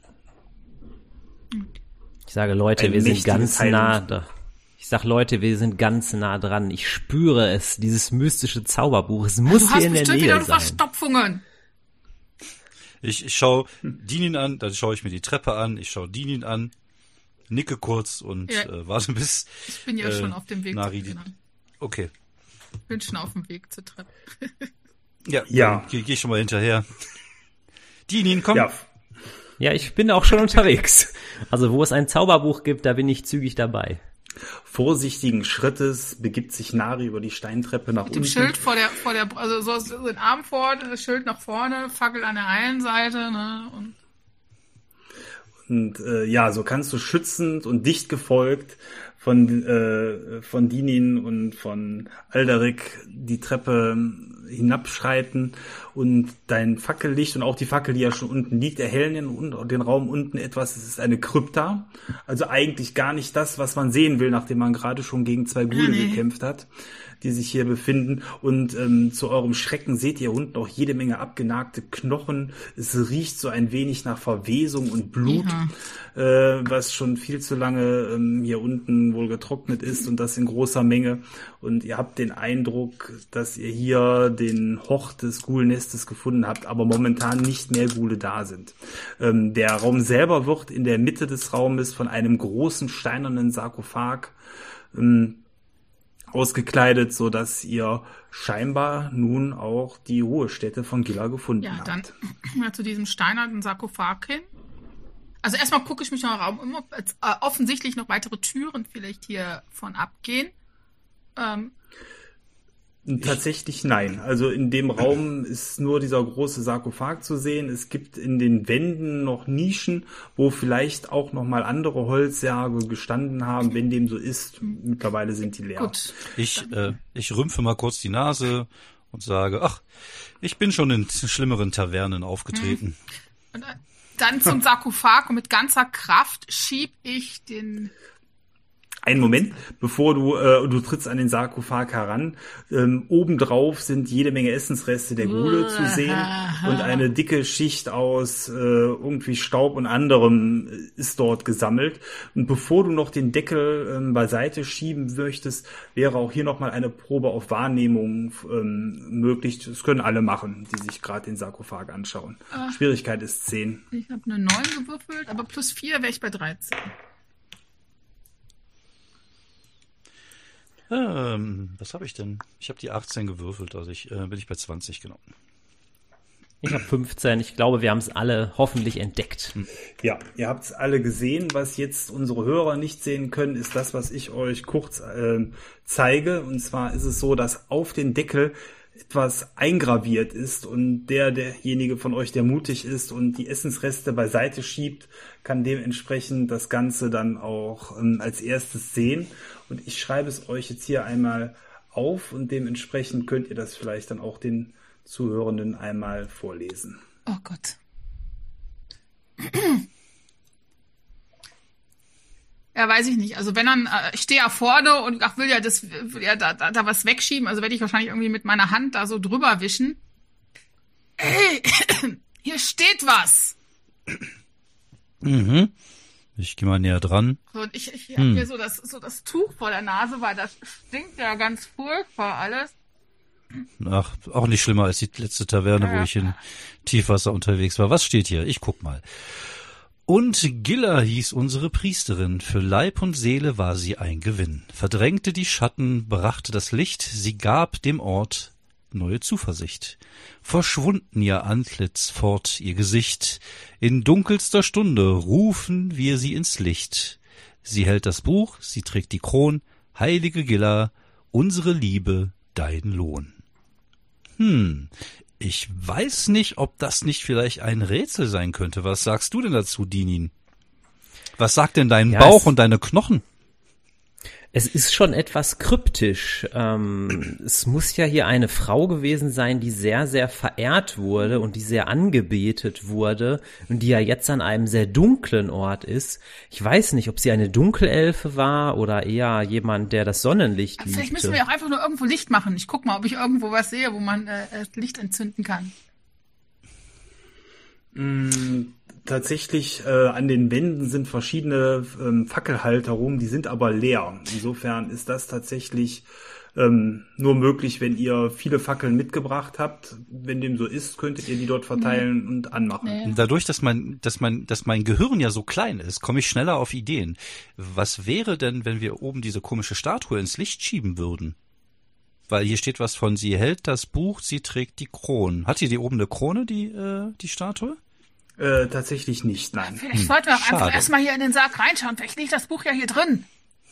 Speaker 1: Ich sage, Leute, Ein wir sind ganz nah da. Ich sag, Leute, wir sind ganz nah dran. Ich spüre es, dieses mystische Zauberbuch. Es muss hier in der Nähe sein. Du hast bestimmt wieder
Speaker 4: Verstopfungen.
Speaker 3: Ich, ich schaue Dinin an, dann schaue ich mir die Treppe an, ich schaue Dinin an, nicke kurz und ja. äh, warte bis...
Speaker 4: Ich bin ja äh, schon auf dem Weg
Speaker 3: Nari,
Speaker 4: zur Treppe.
Speaker 3: Okay.
Speaker 4: Ich bin schon auf dem Weg zur Treppe.
Speaker 3: ja, ja. Gehe geh schon mal hinterher. Dinin, komm.
Speaker 1: Ja. ja, ich bin auch schon unterwegs. Also wo es ein Zauberbuch gibt, da bin ich zügig dabei.
Speaker 2: Vorsichtigen Schrittes begibt sich Nari über die Steintreppe nach
Speaker 4: Mit
Speaker 2: unten.
Speaker 4: Mit dem Schild vor der, vor der, also so, so den Arm vor, das Schild nach vorne, Fackel an der einen Seite, ne, und.
Speaker 2: Und, äh, ja, so kannst du schützend und dicht gefolgt von, äh, von Dinin und von Alderic die Treppe hinabschreiten und dein Fackellicht und auch die Fackel, die ja schon unten liegt, erhellen den, den Raum unten etwas. Es ist eine Krypta, also eigentlich gar nicht das, was man sehen will, nachdem man gerade schon gegen zwei Ghule nee. gekämpft hat, die sich hier befinden. Und ähm, zu eurem Schrecken seht ihr unten auch jede Menge abgenagte Knochen. Es riecht so ein wenig nach Verwesung und Blut, ja. äh, was schon viel zu lange ähm, hier unten wohl getrocknet ist und das in großer Menge. Und ihr habt den Eindruck, dass ihr hier den Hort des Ghoul-Nestes gefunden habt, aber momentan nicht mehr Ghule da sind. Ähm, der Raum selber wird in der Mitte des Raumes von einem großen steinernen Sarkophag ähm, ausgekleidet, so dass ihr scheinbar nun auch die Ruhestätte von Gilla gefunden
Speaker 4: ja,
Speaker 2: habt.
Speaker 4: Ja, dann zu diesem steinernen Sarkophag hin. Also erstmal gucke ich mich noch im Raum um, ob jetzt, äh, offensichtlich noch weitere Türen vielleicht hier von abgehen. Ähm,
Speaker 2: Tatsächlich nein. Also in dem Raum ist nur dieser große Sarkophag zu sehen. Es gibt in den Wänden noch Nischen, wo vielleicht auch noch mal andere Holzsärge gestanden haben. Wenn dem so ist, mittlerweile sind die leer.
Speaker 4: Gut.
Speaker 3: Ich, äh, ich rümpfe mal kurz die Nase und sage, ach, ich bin schon in schlimmeren Tavernen aufgetreten.
Speaker 4: Und dann zum Sarkophag und mit ganzer Kraft schieb ich den
Speaker 2: Einen Moment, bevor du, äh, du trittst an den Sarkophag heran. Ähm, obendrauf sind jede Menge Essensreste der Gule zu sehen und eine dicke Schicht aus äh, irgendwie Staub und anderem ist dort gesammelt. Und bevor du noch den Deckel ähm, beiseite schieben möchtest, wäre auch hier nochmal eine Probe auf Wahrnehmung ähm, möglich. Das können alle machen, die sich gerade den Sarkophag anschauen. Äh, Schwierigkeit ist zehn.
Speaker 4: Ich habe eine neun gewürfelt, aber plus vier wäre ich bei dreizehn.
Speaker 3: Ähm, was habe ich denn? Ich habe die achtzehn gewürfelt, also ich äh, bin ich bei zwanzig, genau.
Speaker 1: Ich habe fünfzehn. Ich glaube, wir haben es alle hoffentlich entdeckt.
Speaker 2: Ja, ihr habt es alle gesehen. Was jetzt unsere Hörer nicht sehen können, ist das, was ich euch kurz äh, zeige. Und zwar ist es so, dass auf den Deckel etwas eingraviert ist und der, derjenige von euch, der mutig ist und die Essensreste beiseite schiebt, kann dementsprechend das Ganze dann auch ähm, als erstes sehen. Und ich schreibe es euch jetzt hier einmal auf und dementsprechend könnt ihr das vielleicht dann auch den Zuhörenden einmal vorlesen.
Speaker 4: Oh Gott. Ja, weiß ich nicht. Also wenn dann, äh, ich stehe ja vorne und ach, will ja das, will ja da, da, da was wegschieben, also werde ich wahrscheinlich irgendwie mit meiner Hand da so drüber wischen. Ey, hier steht was.
Speaker 3: Mhm. Ich gehe mal näher dran.
Speaker 4: So, und ich, ich habe hm. hier so das, so das Tuch vor der Nase, weil das stinkt ja ganz furchtbar alles.
Speaker 3: Ach, auch nicht schlimmer als die letzte Taverne, ja, wo ich in Tiefwasser unterwegs war. Was steht hier? Ich guck mal. Und Gilla hieß unsere Priesterin, für Leib und Seele war sie ein Gewinn, verdrängte die Schatten, brachte das Licht, sie gab dem Ort neue Zuversicht. Verschwunden ihr Antlitz, fort ihr Gesicht, in dunkelster Stunde rufen wir sie ins Licht. Sie hält das Buch, sie trägt die Kron, heilige Gilla, unsere Liebe, dein Lohn. Hm, ich weiß nicht, ob das nicht vielleicht ein Rätsel sein könnte. Was sagst du denn dazu, Dinin? Was sagt denn dein ja, Bauch und deine Knochen?
Speaker 1: Es ist schon etwas kryptisch. Ähm, es muss ja hier eine Frau gewesen sein, die sehr, sehr verehrt wurde und die sehr angebetet wurde und die ja jetzt an einem sehr dunklen Ort ist. Ich weiß nicht, ob sie eine Dunkelelfe war oder eher jemand, der das Sonnenlicht liebte.
Speaker 4: Vielleicht müssen wir auch einfach nur irgendwo Licht machen. Ich guck mal, ob ich irgendwo was sehe, wo man äh, Licht entzünden kann.
Speaker 2: Mm. Tatsächlich äh, an den Wänden sind verschiedene ähm, Fackelhalter rum, die sind aber leer. Insofern ist das tatsächlich ähm, nur möglich, wenn ihr viele Fackeln mitgebracht habt. Wenn dem so ist, könntet ihr die dort verteilen nee. und anmachen.
Speaker 3: Nee. Dadurch, dass mein, dass mein, dass mein Gehirn ja so klein ist, komme ich schneller auf Ideen. Was wäre denn, wenn wir oben diese komische Statue ins Licht schieben würden? Weil hier steht was von, sie hält das Buch, sie trägt die Krone. Hat die die oben eine Krone, die, äh, die Statue?
Speaker 2: Äh, tatsächlich nicht, nein.
Speaker 4: Vielleicht hm, sollten wir auch einfach erstmal hier in den Sarg reinschauen. Vielleicht liegt das Buch ja hier drin.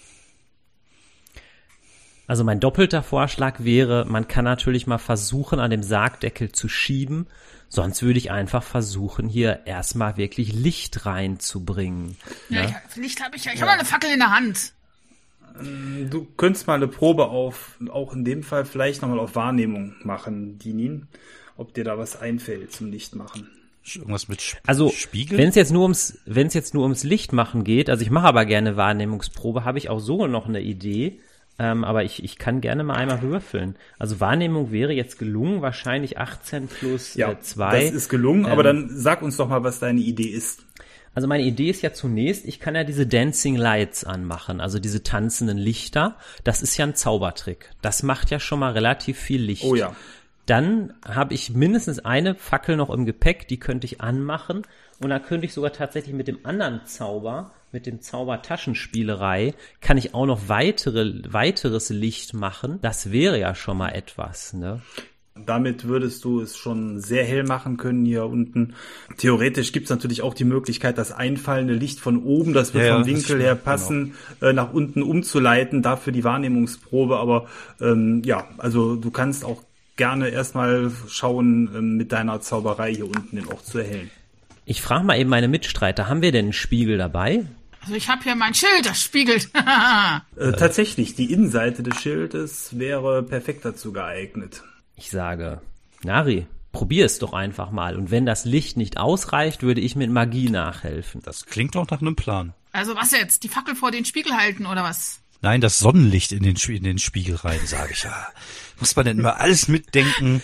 Speaker 1: Also mein doppelter Vorschlag wäre, man kann natürlich mal versuchen, an dem Sargdeckel zu schieben. Sonst würde ich einfach versuchen, hier erstmal wirklich Licht reinzubringen.
Speaker 4: Ja,
Speaker 1: ne?
Speaker 4: ich, Licht habe ich ja. Ich ja. habe mal eine Fackel in der Hand.
Speaker 2: Du könntest mal eine Probe auf, auch in dem Fall vielleicht nochmal auf Wahrnehmung machen, Dinin. Ob dir da was einfällt zum Lichtmachen.
Speaker 3: Irgendwas mit Sp-
Speaker 1: also,
Speaker 3: Spiegel?
Speaker 1: wenn es jetzt nur ums, wenn es jetzt nur ums Licht machen geht, also ich mache aber gerne Wahrnehmungsprobe, habe ich auch so noch eine Idee, ähm, aber ich, ich kann gerne mal einmal würfeln. Also Wahrnehmung wäre jetzt gelungen, wahrscheinlich achtzehn plus
Speaker 2: ja,
Speaker 1: äh, zwei.
Speaker 2: Das ist gelungen, ähm, aber dann sag uns doch mal, was deine Idee ist.
Speaker 1: Also meine Idee ist ja zunächst, ich kann ja diese Dancing Lights anmachen, also diese tanzenden Lichter. Das ist ja ein Zaubertrick. Das macht ja schon mal relativ viel Licht.
Speaker 2: Oh ja.
Speaker 1: Dann habe ich mindestens eine Fackel noch im Gepäck, die könnte ich anmachen. Und dann könnte ich sogar tatsächlich mit dem anderen Zauber, mit dem Zauber Taschenspielerei, kann ich auch noch weitere, weiteres Licht machen. Das wäre ja schon mal etwas, ne?
Speaker 2: Damit würdest du es schon sehr hell machen können hier unten. Theoretisch gibt's natürlich auch die Möglichkeit, das einfallende Licht von oben, das wird
Speaker 3: ja,
Speaker 2: vom Winkel her passen, genau. äh, nach unten umzuleiten, dafür die Wahrnehmungsprobe. Aber ähm, ja, also du kannst auch gerne erstmal schauen, ähm, mit deiner Zauberei hier unten den Ort zu erhellen.
Speaker 1: Ich frage mal eben meine Mitstreiter, haben wir denn einen Spiegel dabei?
Speaker 4: Also ich habe hier mein Schild, das spiegelt.
Speaker 2: äh, tatsächlich, die Innenseite des Schildes wäre perfekt dazu geeignet.
Speaker 1: Ich sage, Nari, probier es doch einfach mal. Und wenn das Licht nicht ausreicht, würde ich mit Magie nachhelfen.
Speaker 3: Das klingt doch nach einem Plan.
Speaker 4: Also was jetzt? Die Fackel vor den Spiegel halten oder was?
Speaker 3: Nein, das Sonnenlicht in den, in den Spiegel rein, sage ich ja. Muss man denn immer alles mitdenken?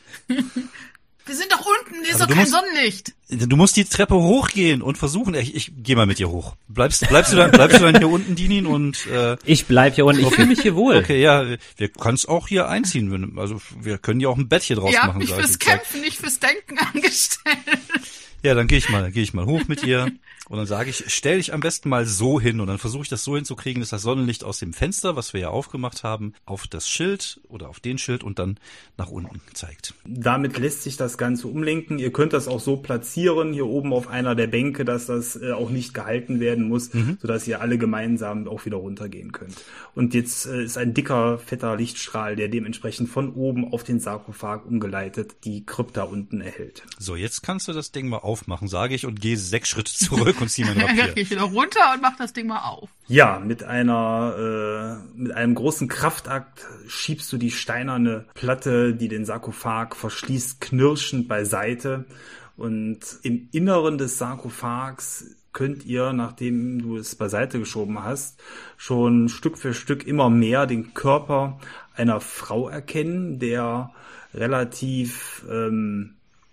Speaker 4: Wir sind doch unten, hier ist
Speaker 3: Also
Speaker 4: doch kein
Speaker 3: musst,
Speaker 4: Sonnenlicht.
Speaker 3: Du musst die Treppe hochgehen und versuchen, ich, ich geh mal mit dir hoch. Bleibst, bleibst du dann, bleibst du dann hier unten, Dinin, und, äh,
Speaker 1: Ich bleib hier unten, ich fühle mich hier wohl.
Speaker 3: Okay, ja, wir können es auch hier einziehen, wenn, also, wir können ja auch ein Bett hier draus
Speaker 4: Ihr habt
Speaker 3: machen,
Speaker 4: mich
Speaker 3: sag ich
Speaker 4: fürs
Speaker 3: jetzt.
Speaker 4: Kämpfen, nicht fürs Denken angestellt.
Speaker 3: Ja, dann gehe ich mal, dann gehe ich mal hoch mit ihr. Und dann sage ich, stell dich am besten mal so hin. Und dann versuche ich das so hinzukriegen, dass das Sonnenlicht aus dem Fenster, was wir ja aufgemacht haben, auf das Schild oder auf den Schild und dann nach unten zeigt.
Speaker 2: Damit lässt sich das Ganze umlenken. Ihr könnt das auch so platzieren, hier oben auf einer der Bänke, dass das äh, auch nicht gehalten werden muss, mhm. sodass ihr alle gemeinsam auch wieder runtergehen könnt. Und jetzt äh, ist ein dicker, fetter Lichtstrahl, der dementsprechend von oben auf den Sarkophag umgeleitet die Krypta unten erhält.
Speaker 3: So, jetzt kannst du das Ding mal aufmachen, sage ich, und gehe sechs Schritte zurück und zieh meinen Rapier.
Speaker 4: Dann gehe ich wieder runter und mach das Ding mal auf.
Speaker 2: Ja, mit einer, äh, mit einem großen Kraftakt schiebst du die steinerne Platte, die den Sarkophag verschließt, knirschend beiseite. Und im Inneren des Sarkophags könnt ihr, nachdem du es beiseite geschoben hast, schon Stück für Stück immer mehr den Körper einer Frau erkennen, der relativ, ähm,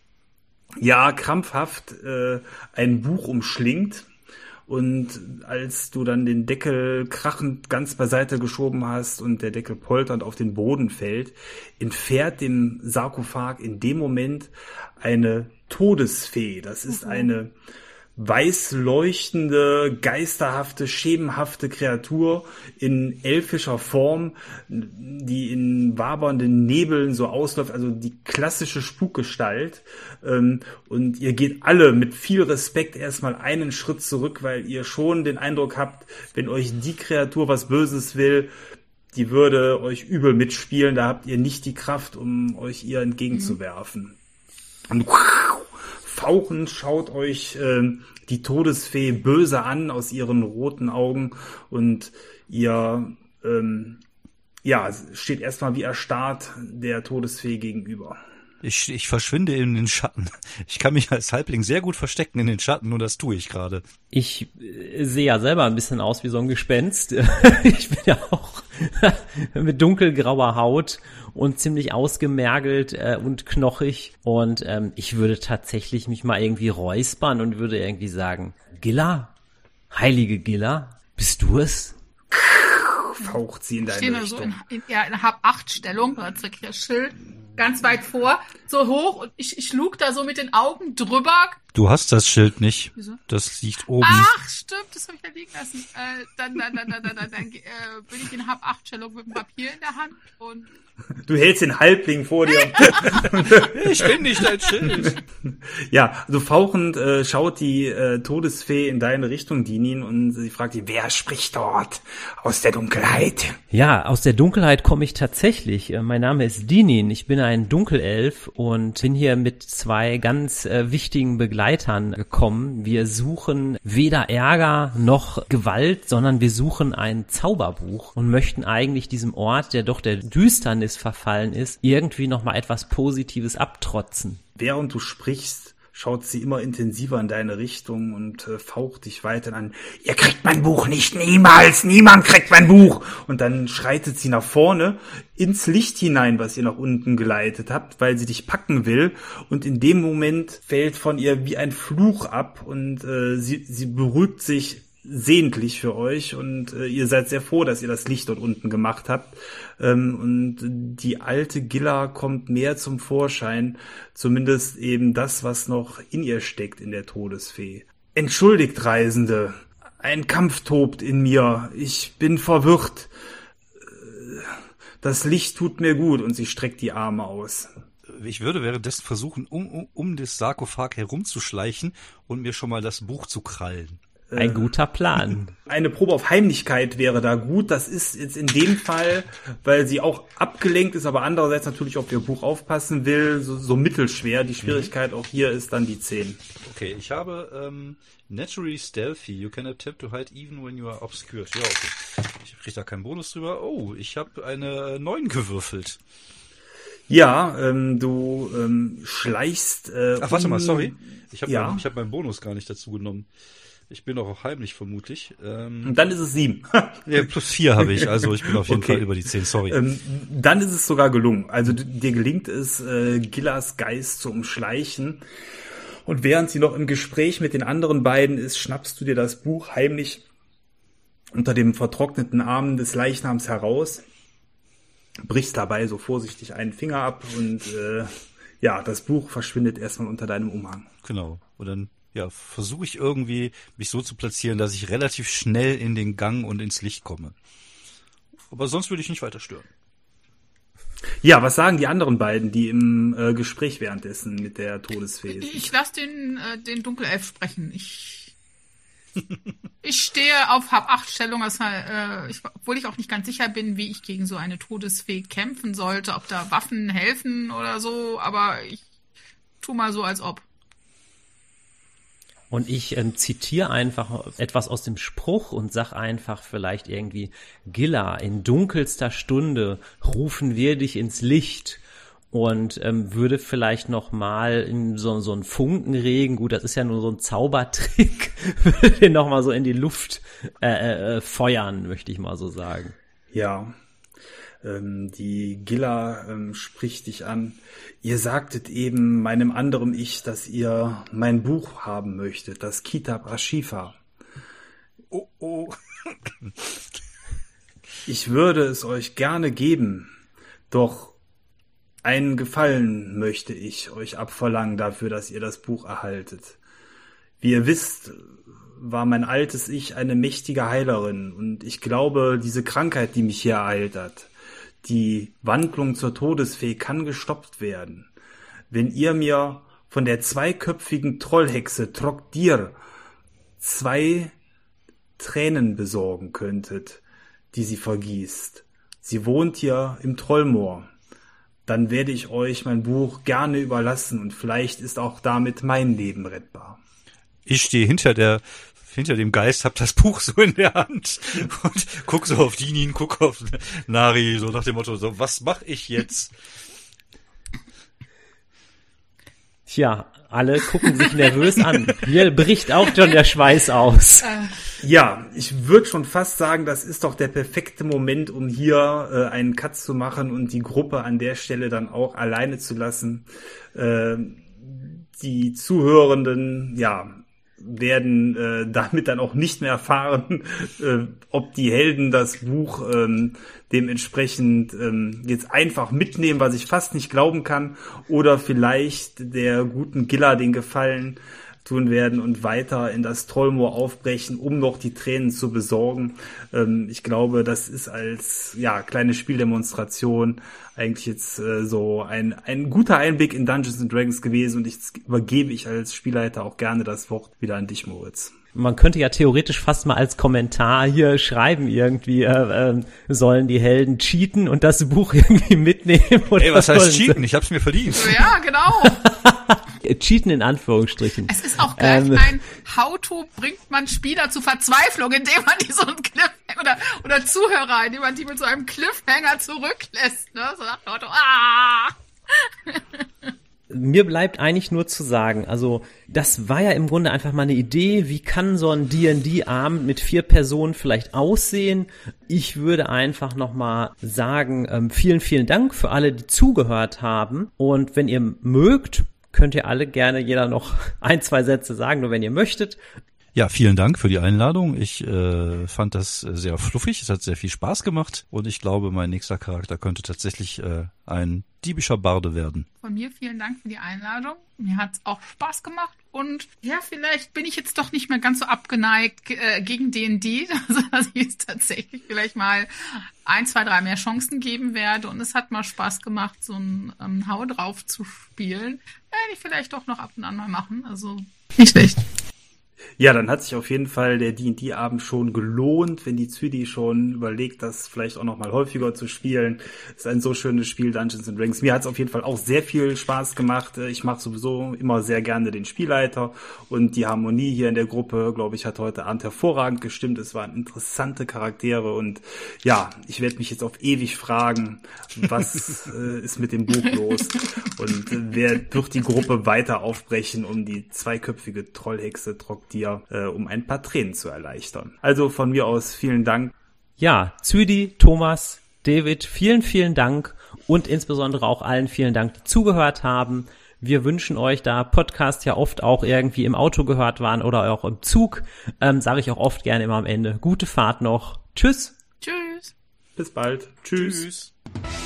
Speaker 2: ja, krampfhaft äh, ein Buch umschlingt. Und als du dann den Deckel krachend ganz beiseite geschoben hast und der Deckel polternd auf den Boden fällt, entfährt dem Sarkophag in dem Moment eine Todesfee. Das ist eine weiß leuchtende, geisterhafte, schemenhafte Kreatur in elfischer Form, die in wabernden Nebeln so ausläuft, also die klassische Spukgestalt. Und ihr geht alle mit viel Respekt erstmal einen Schritt zurück, weil ihr schon den Eindruck habt, wenn euch die Kreatur was Böses will, die würde euch übel mitspielen, da habt ihr nicht die Kraft, um euch ihr entgegenzuwerfen. Und fauchend schaut euch äh, die Todesfee böse an aus ihren roten Augen und ihr ähm, ja, steht erstmal wie erstarrt der Todesfee gegenüber.
Speaker 3: Ich, ich verschwinde in den Schatten. Ich kann mich als Halbling sehr gut verstecken in den Schatten und das tue ich gerade.
Speaker 1: Ich äh, sehe ja selber ein bisschen aus wie so ein Gespenst. Ich bin ja auch mit dunkelgrauer Haut und ziemlich ausgemergelt äh, und knochig. Und ähm, ich würde tatsächlich mich mal irgendwie räuspern und würde irgendwie sagen, Gilla, heilige Gilla, bist du es?
Speaker 2: Faucht sie in deine
Speaker 4: ich stehe
Speaker 2: Richtung.
Speaker 4: So in, in, ja, in Hab-Acht-Stellung, da zeig ich das Schild ganz weit vor, so hoch und ich, ich lug da so mit den Augen drüber.
Speaker 3: Du hast das Schild nicht.
Speaker 4: Wieso?
Speaker 3: Das liegt oben.
Speaker 4: Ach, stimmt, das habe ich ja liegen lassen. Äh, dann dann, dann, dann, dann, dann, dann äh, bin ich in Hab-Acht-Stellung mit dem Papier in der Hand und
Speaker 2: Du hältst den Halbling vor dir.
Speaker 3: Ich bin nicht dein Schild.
Speaker 2: Ja, also fauchend äh, schaut die äh, Todesfee in deine Richtung, Dinin, und sie fragt dich, wer spricht dort aus der Dunkelheit?
Speaker 1: Ja, aus der Dunkelheit komme ich tatsächlich. Äh, mein Name ist Dinin, ich bin ein Dunkelelf und bin hier mit zwei ganz äh, wichtigen Begleitern gekommen. Wir suchen weder Ärger noch Gewalt, sondern wir suchen ein Zauberbuch und möchten eigentlich diesem Ort, der doch der Düsternis verfallen ist, irgendwie nochmal etwas Positives abtrotzen.
Speaker 2: Während du sprichst, schaut sie immer intensiver in deine Richtung und äh, faucht dich weiter an. Ihr kriegt mein Buch nicht, niemals, niemand kriegt mein Buch. Und dann schreitet sie nach vorne ins Licht hinein, was ihr nach unten geleitet habt, weil sie dich packen will. Und in dem Moment fällt von ihr wie ein Fluch ab und äh, sie, sie beruhigt sich sehentlich für euch und äh, ihr seid sehr froh, dass ihr das Licht dort unten gemacht habt. Ähm, und die alte Gilla kommt mehr zum Vorschein, zumindest eben das, was noch in ihr steckt, in der Todesfee. Entschuldigt, Reisende, ein Kampf tobt in mir, ich bin verwirrt. Das Licht tut mir gut und sie streckt die Arme aus.
Speaker 3: Ich würde währenddessen versuchen, um, um, um das Sarkophag herumzuschleichen und mir schon mal das Buch zu krallen.
Speaker 1: Ein guter Plan.
Speaker 2: Eine Probe auf Heimlichkeit wäre da gut. Das ist jetzt in dem Fall, weil sie auch abgelenkt ist, aber andererseits natürlich, ob ihr Buch aufpassen will, so, so mittelschwer. Die Schwierigkeit mhm. auch hier ist dann die zehn.
Speaker 3: Okay, ich habe ähm, Naturally Stealthy. You can attempt to hide even when you are obscured. Ja, okay. Ich kriege da keinen Bonus drüber. Oh, ich habe eine neun gewürfelt.
Speaker 2: Ja, ähm, du ähm, schleichst... Äh,
Speaker 3: Ach, warte
Speaker 2: um,
Speaker 3: mal, sorry. Ich habe
Speaker 2: ja.
Speaker 3: mein, ich hab meinen Bonus gar nicht dazu genommen. Ich bin auch heimlich vermutlich. Ähm,
Speaker 2: Und dann ist es sieben.
Speaker 3: ja, plus vier habe ich, also ich bin auf jeden
Speaker 2: Okay.
Speaker 3: Fall über die zehn, sorry.
Speaker 2: Ähm, dann ist es sogar gelungen. Also d- dir gelingt es, äh, Gillas Geist zu umschleichen. Und während sie noch im Gespräch mit den anderen beiden ist, schnappst du dir das Buch heimlich unter dem vertrockneten Arm des Leichnams heraus, brichst dabei so vorsichtig einen Finger ab und äh, ja, das Buch verschwindet erstmal unter deinem Umhang.
Speaker 3: Genau. Und dann ja, versuche ich irgendwie, mich so zu platzieren, dass ich relativ schnell in den Gang und ins Licht komme. Aber sonst würde ich nicht weiter stören.
Speaker 2: Ja, was sagen die anderen beiden, die im äh, Gespräch währenddessen mit der Todesfee sind?
Speaker 4: Ich lasse den, äh, den Dunkelelf sprechen. Ich, ich stehe auf Hab-Acht-Stellung, also, äh, ich, obwohl ich auch nicht ganz sicher bin, wie ich gegen so eine Todesfee kämpfen sollte, ob da Waffen helfen oder so, aber ich tu mal so, als ob.
Speaker 1: Und ich ähm, zitiere einfach etwas aus dem Spruch und sag einfach vielleicht irgendwie, Gilla, in dunkelster Stunde rufen wir dich ins Licht. Und ähm, würde vielleicht noch mal in so, so einen Funkenregen, gut, das ist ja nur so ein Zaubertrick, würde den noch mal so in die Luft äh, äh, feuern, möchte ich mal so sagen.
Speaker 2: Ja, ähm, die Gilla ähm, spricht dich an. Ihr sagtet eben meinem anderen Ich, dass ihr mein Buch haben möchtet, das Kitab Ashifa.
Speaker 3: Oh, oh.
Speaker 2: Ich würde es euch gerne geben, doch einen Gefallen möchte ich euch abverlangen dafür, dass ihr das Buch erhaltet. Wie ihr wisst, war mein altes Ich eine mächtige Heilerin und ich glaube, diese Krankheit, die mich hier ereilt hat, die Wandlung zur Todesfee, kann gestoppt werden, wenn ihr mir von der zweiköpfigen Trollhexe Trogdir zwei Tränen besorgen könntet, die sie vergießt. Sie wohnt hier im Trollmoor. Dann werde ich euch mein Buch gerne überlassen und vielleicht ist auch damit mein Leben rettbar.
Speaker 3: Ich stehe hinter der, hinter dem Geist, hab das Buch so in der Hand und guck so auf Dinin, guck auf Nari, so nach dem Motto, so, was mache ich jetzt?
Speaker 1: Tja, alle gucken sich nervös an. Mir bricht auch schon der Schweiß aus.
Speaker 2: Ja, ich würde schon fast sagen, das ist doch der perfekte Moment, um hier äh, einen Cut zu machen und die Gruppe an der Stelle dann auch alleine zu lassen. Äh, die Zuhörenden, ja, werden äh, damit dann auch nicht mehr erfahren, äh, ob die Helden das Buch ähm, dementsprechend ähm, jetzt einfach mitnehmen, was ich fast nicht glauben kann, oder vielleicht der guten Gilla den Gefallen tun werden und weiter in das Trollmoor aufbrechen, um noch die Tränen zu besorgen. Ähm, ich glaube, das ist als ja kleine Spieldemonstration eigentlich jetzt äh, so ein ein guter Einblick in Dungeons and Dragons gewesen und jetzt übergebe ich als Spielleiter auch gerne das Wort wieder an dich, Moritz.
Speaker 1: Man könnte ja theoretisch fast mal als Kommentar hier schreiben irgendwie, äh, äh, sollen die Helden cheaten und das Buch irgendwie mitnehmen? Oder
Speaker 3: Ey, was heißt
Speaker 1: sollen
Speaker 3: cheaten? Ich hab's mir verdient.
Speaker 4: Ja, genau.
Speaker 1: sie- Cheaten in Anführungsstrichen.
Speaker 4: Es ist auch gleich
Speaker 1: Ähm.
Speaker 4: ein How-to bringt man Spieler zu Verzweiflung, indem man die so einen Cliffhanger oder, oder Zuhörer, indem man die mit so einem Cliffhanger zurücklässt, ne? So nach dem Motto, ah!
Speaker 1: Mir bleibt eigentlich nur zu sagen, also das war ja im Grunde einfach mal eine Idee, wie kann so ein D und D-Abend mit vier Personen vielleicht aussehen? Ich würde einfach nochmal sagen, ähm, vielen, vielen Dank für alle, die zugehört haben, und wenn ihr mögt, könnt ihr alle gerne jeder noch ein, zwei Sätze sagen, nur wenn ihr möchtet.
Speaker 3: Ja, vielen Dank für die Einladung. Ich äh, fand das sehr fluffig, es hat sehr viel Spaß gemacht und ich glaube, mein nächster Charakter könnte tatsächlich äh, ein diebischer Barde werden.
Speaker 4: Von mir vielen Dank für die Einladung. Mir hat's auch Spaß gemacht und ja, vielleicht bin ich jetzt doch nicht mehr ganz so abgeneigt äh, gegen D und D, also dass ich es tatsächlich vielleicht mal ein, zwei, drei mehr Chancen geben werde und es hat mal Spaß gemacht, so ein ähm, Hau drauf zu spielen. Werde ich vielleicht doch noch ab und an mal machen, also nicht schlecht.
Speaker 2: Ja, dann hat sich auf jeden Fall der D und D-Abend schon gelohnt, wenn die Züdi schon überlegt, das vielleicht auch noch mal häufiger zu spielen. Ist ein so schönes Spiel, Dungeons and Dragons. Mir hat es auf jeden Fall auch sehr viel Spaß gemacht. Ich mache sowieso immer sehr gerne den Spielleiter und die Harmonie hier in der Gruppe, glaube ich, hat heute Abend hervorragend gestimmt. Es waren interessante Charaktere und ja, ich werde mich jetzt auf ewig fragen, was äh, ist mit dem Buch los und äh, wer wird die Gruppe weiter aufbrechen, um die zweiköpfige Trollhexe Trogdir dir, äh, um ein paar Tränen zu erleichtern. Also von mir aus vielen Dank.
Speaker 1: Ja, Züdi, Thomas, David, vielen, vielen Dank und insbesondere auch allen vielen Dank, die zugehört haben. Wir wünschen euch, da Podcasts ja oft auch irgendwie im Auto gehört waren oder auch im Zug, ähm, sage ich auch oft gerne immer am Ende, gute Fahrt noch. Tschüss.
Speaker 4: Tschüss.
Speaker 2: Bis bald. Tschüss.
Speaker 3: Tschüss.